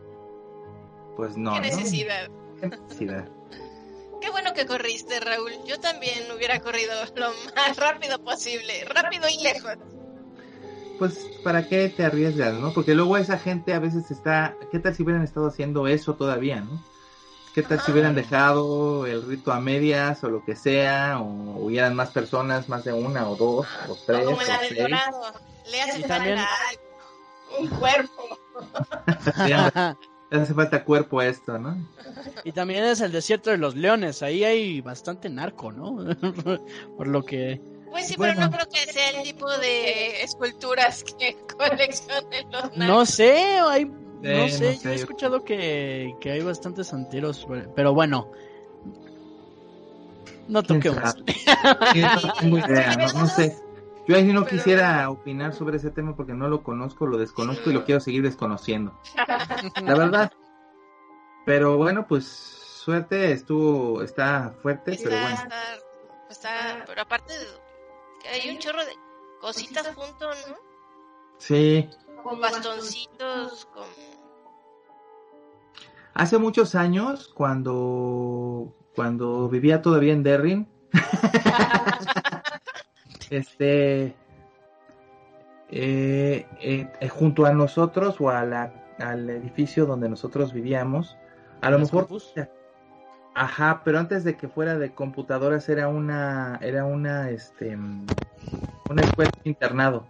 pues no, Qué ¿no? necesidad. Qué necesidad. Qué bueno que corriste, Raúl. Yo también hubiera corrido lo más rápido posible. Rápido y lejos. Pues, ¿para qué te arriesgas, no? Porque luego esa gente a veces está, ¿qué tal si hubieran estado haciendo eso todavía, no? ¿Qué tal si Ajá. hubieran dejado el rito a medias o lo que sea, o hubieran más personas, más de una o dos o tres Como o en la del seis? Dorado. Le hace Y falta también- algo. Un cuerpo. Ya, le hace falta cuerpo a esto, ¿no? Y también es el desierto de los leones, ahí hay bastante narco, ¿no? Por lo que... Pues sí, Bueno. pero no creo que sea el tipo de esculturas que coleccionen los No narcos. sé, hay... No Eh, sé, no yo sé, he yo- escuchado que, que hay bastantes santeros, pero bueno. No ¿Quién toquemos. sabe? Sí, no tengo idea, no, no sé. Yo ahí no quisiera opinar sobre ese tema porque no lo conozco, lo desconozco y lo quiero seguir desconociendo. La verdad. Pero bueno, pues suerte, estuvo, está fuerte, Está, pero bueno. está, está- pero aparte de que hay un chorro de cositas juntos, ¿no? Sí, Con bastoncitos, con... hace muchos años, cuando, cuando vivía todavía en Derrin, este, eh, eh, eh, junto a nosotros o a la, al edificio donde nosotros vivíamos, a lo mejor, campus? ajá, pero antes de que fuera de computadoras era una, era una, este, una escuela de internado.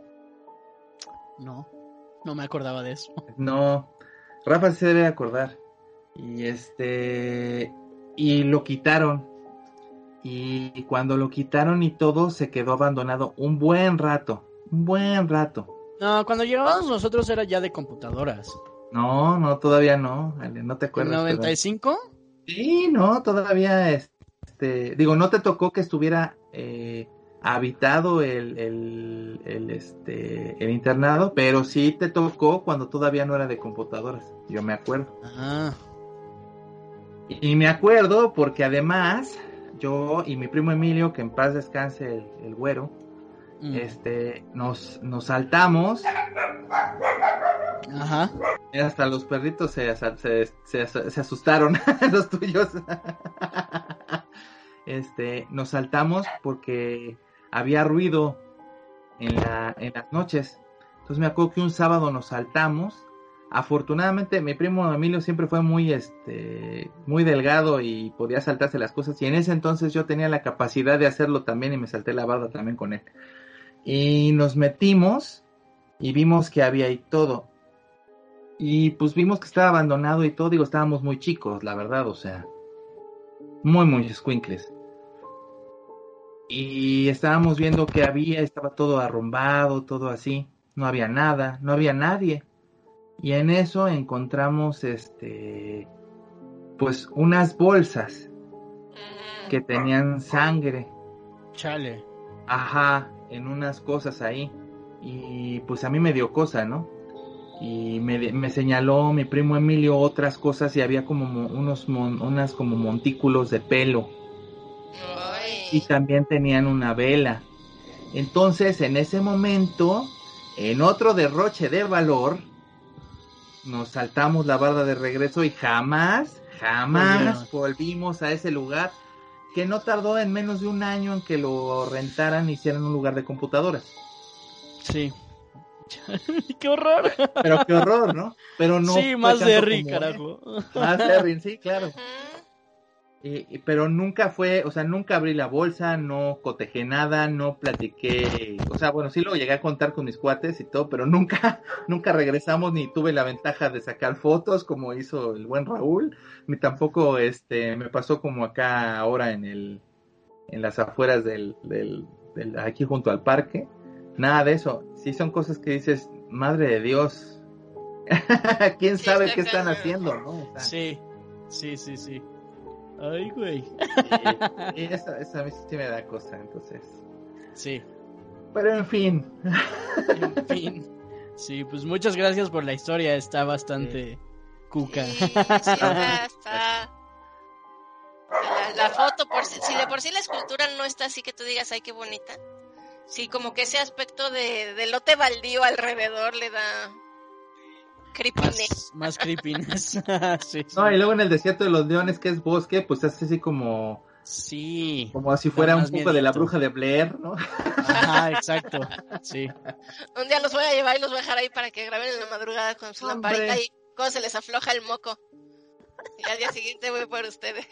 No, no me acordaba de eso. No, Rafa se debe acordar. Y este, y lo quitaron. Y cuando lo quitaron y todo, se quedó abandonado un buen rato, un buen rato. No, cuando llegábamos nosotros era ya de computadoras. No, no, todavía no, Ale, no te ¿En acuerdas. noventa y cinco? Perdón. Sí, no, todavía, este, digo, no te tocó que estuviera eh, habitado el, el, el, este, el internado, pero sí te tocó cuando todavía no era de computadoras, yo me acuerdo. Ah. Y me acuerdo porque además yo y mi primo Emilio, que en paz descanse el, el güero, mm. este, nos, nos saltamos. Ajá. Hasta los perritos se, se, se, se asustaron, los tuyos. Este, nos saltamos porque había ruido en, la, en las noches. Entonces me acuerdo que un sábado nos saltamos. Afortunadamente mi primo Emilio siempre fue muy este muy delgado y podía saltarse las cosas, y en ese entonces yo tenía la capacidad de hacerlo también y me salté la barda también con él. Y nos metimos y vimos que había ahí todo. Y pues vimos que estaba abandonado y todo, digo, estábamos muy chicos, la verdad, o sea, muy muy escuincles. Y estábamos viendo que había, estaba todo arrumbado, todo así, no había nada, no había nadie. Y en eso encontramos, este, pues unas bolsas que tenían sangre. Chale. Ajá, en unas cosas ahí. Y pues a mí me dio cosa, ¿no? Y me, me señaló mi primo Emilio otras cosas y había como mo, unos, mon, unas como montículos de pelo. Ay. Y también tenían una vela. Entonces, en ese momento, en otro derroche de valor, nos saltamos la barda de regreso y jamás, jamás volvimos a ese lugar, que no tardó en menos de un año en que lo rentaran y hicieran un lugar de computadoras. Sí. ¡Qué horror! Pero qué horror, ¿no? Pero no. Sí, más de Rick, carajo. Más de Rick, sí, claro. Y, y, pero nunca fue, o sea, nunca abrí la bolsa, no cotejé nada, no platiqué, o sea, bueno, sí lo llegué a contar con mis cuates y todo, pero nunca, nunca regresamos, ni tuve la ventaja de sacar fotos como hizo el buen Raúl, ni tampoco, este, me pasó como acá ahora en el, en las afueras del, del, del aquí junto al parque, nada de eso. Sí son cosas que dices, madre de Dios, quién sabe sí, qué están haciendo, ¿no? O sea, sí, sí, sí, sí. Ay, güey. Y, y eso, eso a mí sí me da cosa, entonces. Sí. Pero en fin. En fin. Sí, pues muchas gracias por la historia, está bastante sí. cuca. Sí, sí está, está. La, la foto, por si, si de por sí la escultura no está así que tú digas, ay, qué bonita. Sí, como que ese aspecto de, de lote baldío alrededor le da... creepiness. Más, más creepiness. Sí, sí. No, y luego en el desierto de los leones, que es bosque, pues es así como... Sí. Como si fuera un poco miedito. De la bruja de Blair, ¿no? Ajá, exacto. Sí. Un día los voy a llevar y los voy a dejar ahí para que graben en la madrugada con su Hombre. lamparita y cómo se les afloja el moco. Y al día siguiente voy por ustedes.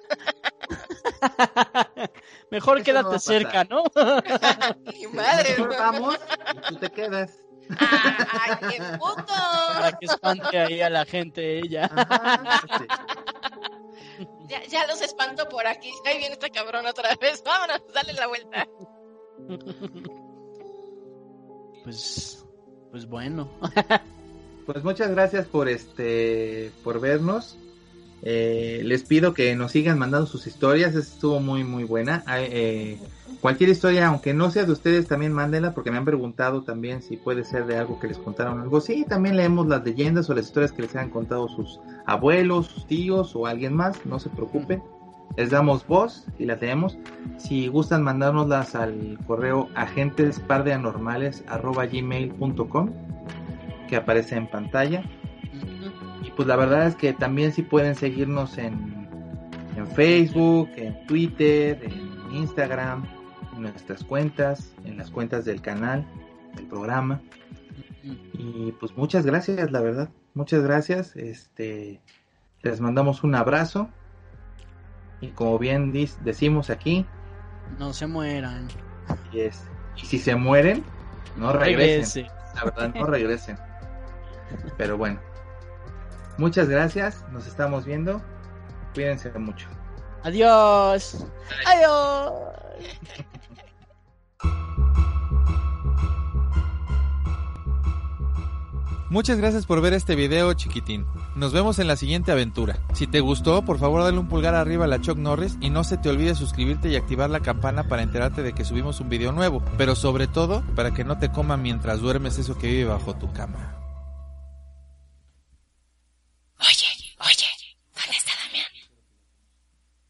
Mejor Eso quédate no cerca, ¿no? Mi madre. Mejor vamos y tú te quedas. ¡Ay, qué puto! Para que espante ahí a la gente ella. Ajá, sí. Ya, ya los espanto por aquí. Ahí viene esta cabrón otra vez. Vámonos, dale la vuelta. Pues, pues bueno. Pues muchas gracias por este, por vernos. Eh, les pido que nos sigan mandando sus historias. Estuvo muy muy buena. Eh, cualquier historia, aunque no sea de ustedes, también mándenla, porque me han preguntado también si puede ser de algo que les contaron algo. Sí, también leemos las leyendas o las historias que les han contado sus abuelos, sus tíos o alguien más. No se preocupen, les damos voz y las leemos. Si gustan mandárnoslas al correo agentespardeanormales arroba gmail punto com, que aparece en pantalla. Y pues la verdad es que también sí pueden seguirnos en, en Facebook, en Twitter, en Instagram, en nuestras cuentas, en las cuentas del canal. el programa. Y pues muchas gracias, la verdad, muchas gracias. Este, les mandamos un abrazo. Y como bien dis- decimos aquí, no se mueran. Y, es, y si se mueren, no regresen. Regrese. La verdad, no regresen. Pero bueno, muchas gracias. Nos estamos viendo. Cuídense mucho. Adiós. Adiós. Muchas gracias por ver este video, chiquitín. Nos vemos en la siguiente aventura. Si te gustó, por favor dale un pulgar arriba a la Chuck Norris y no se te olvide suscribirte y activar la campana para enterarte de que subimos un video nuevo. Pero sobre todo, para que no te coma mientras duermes eso que vive bajo tu cama.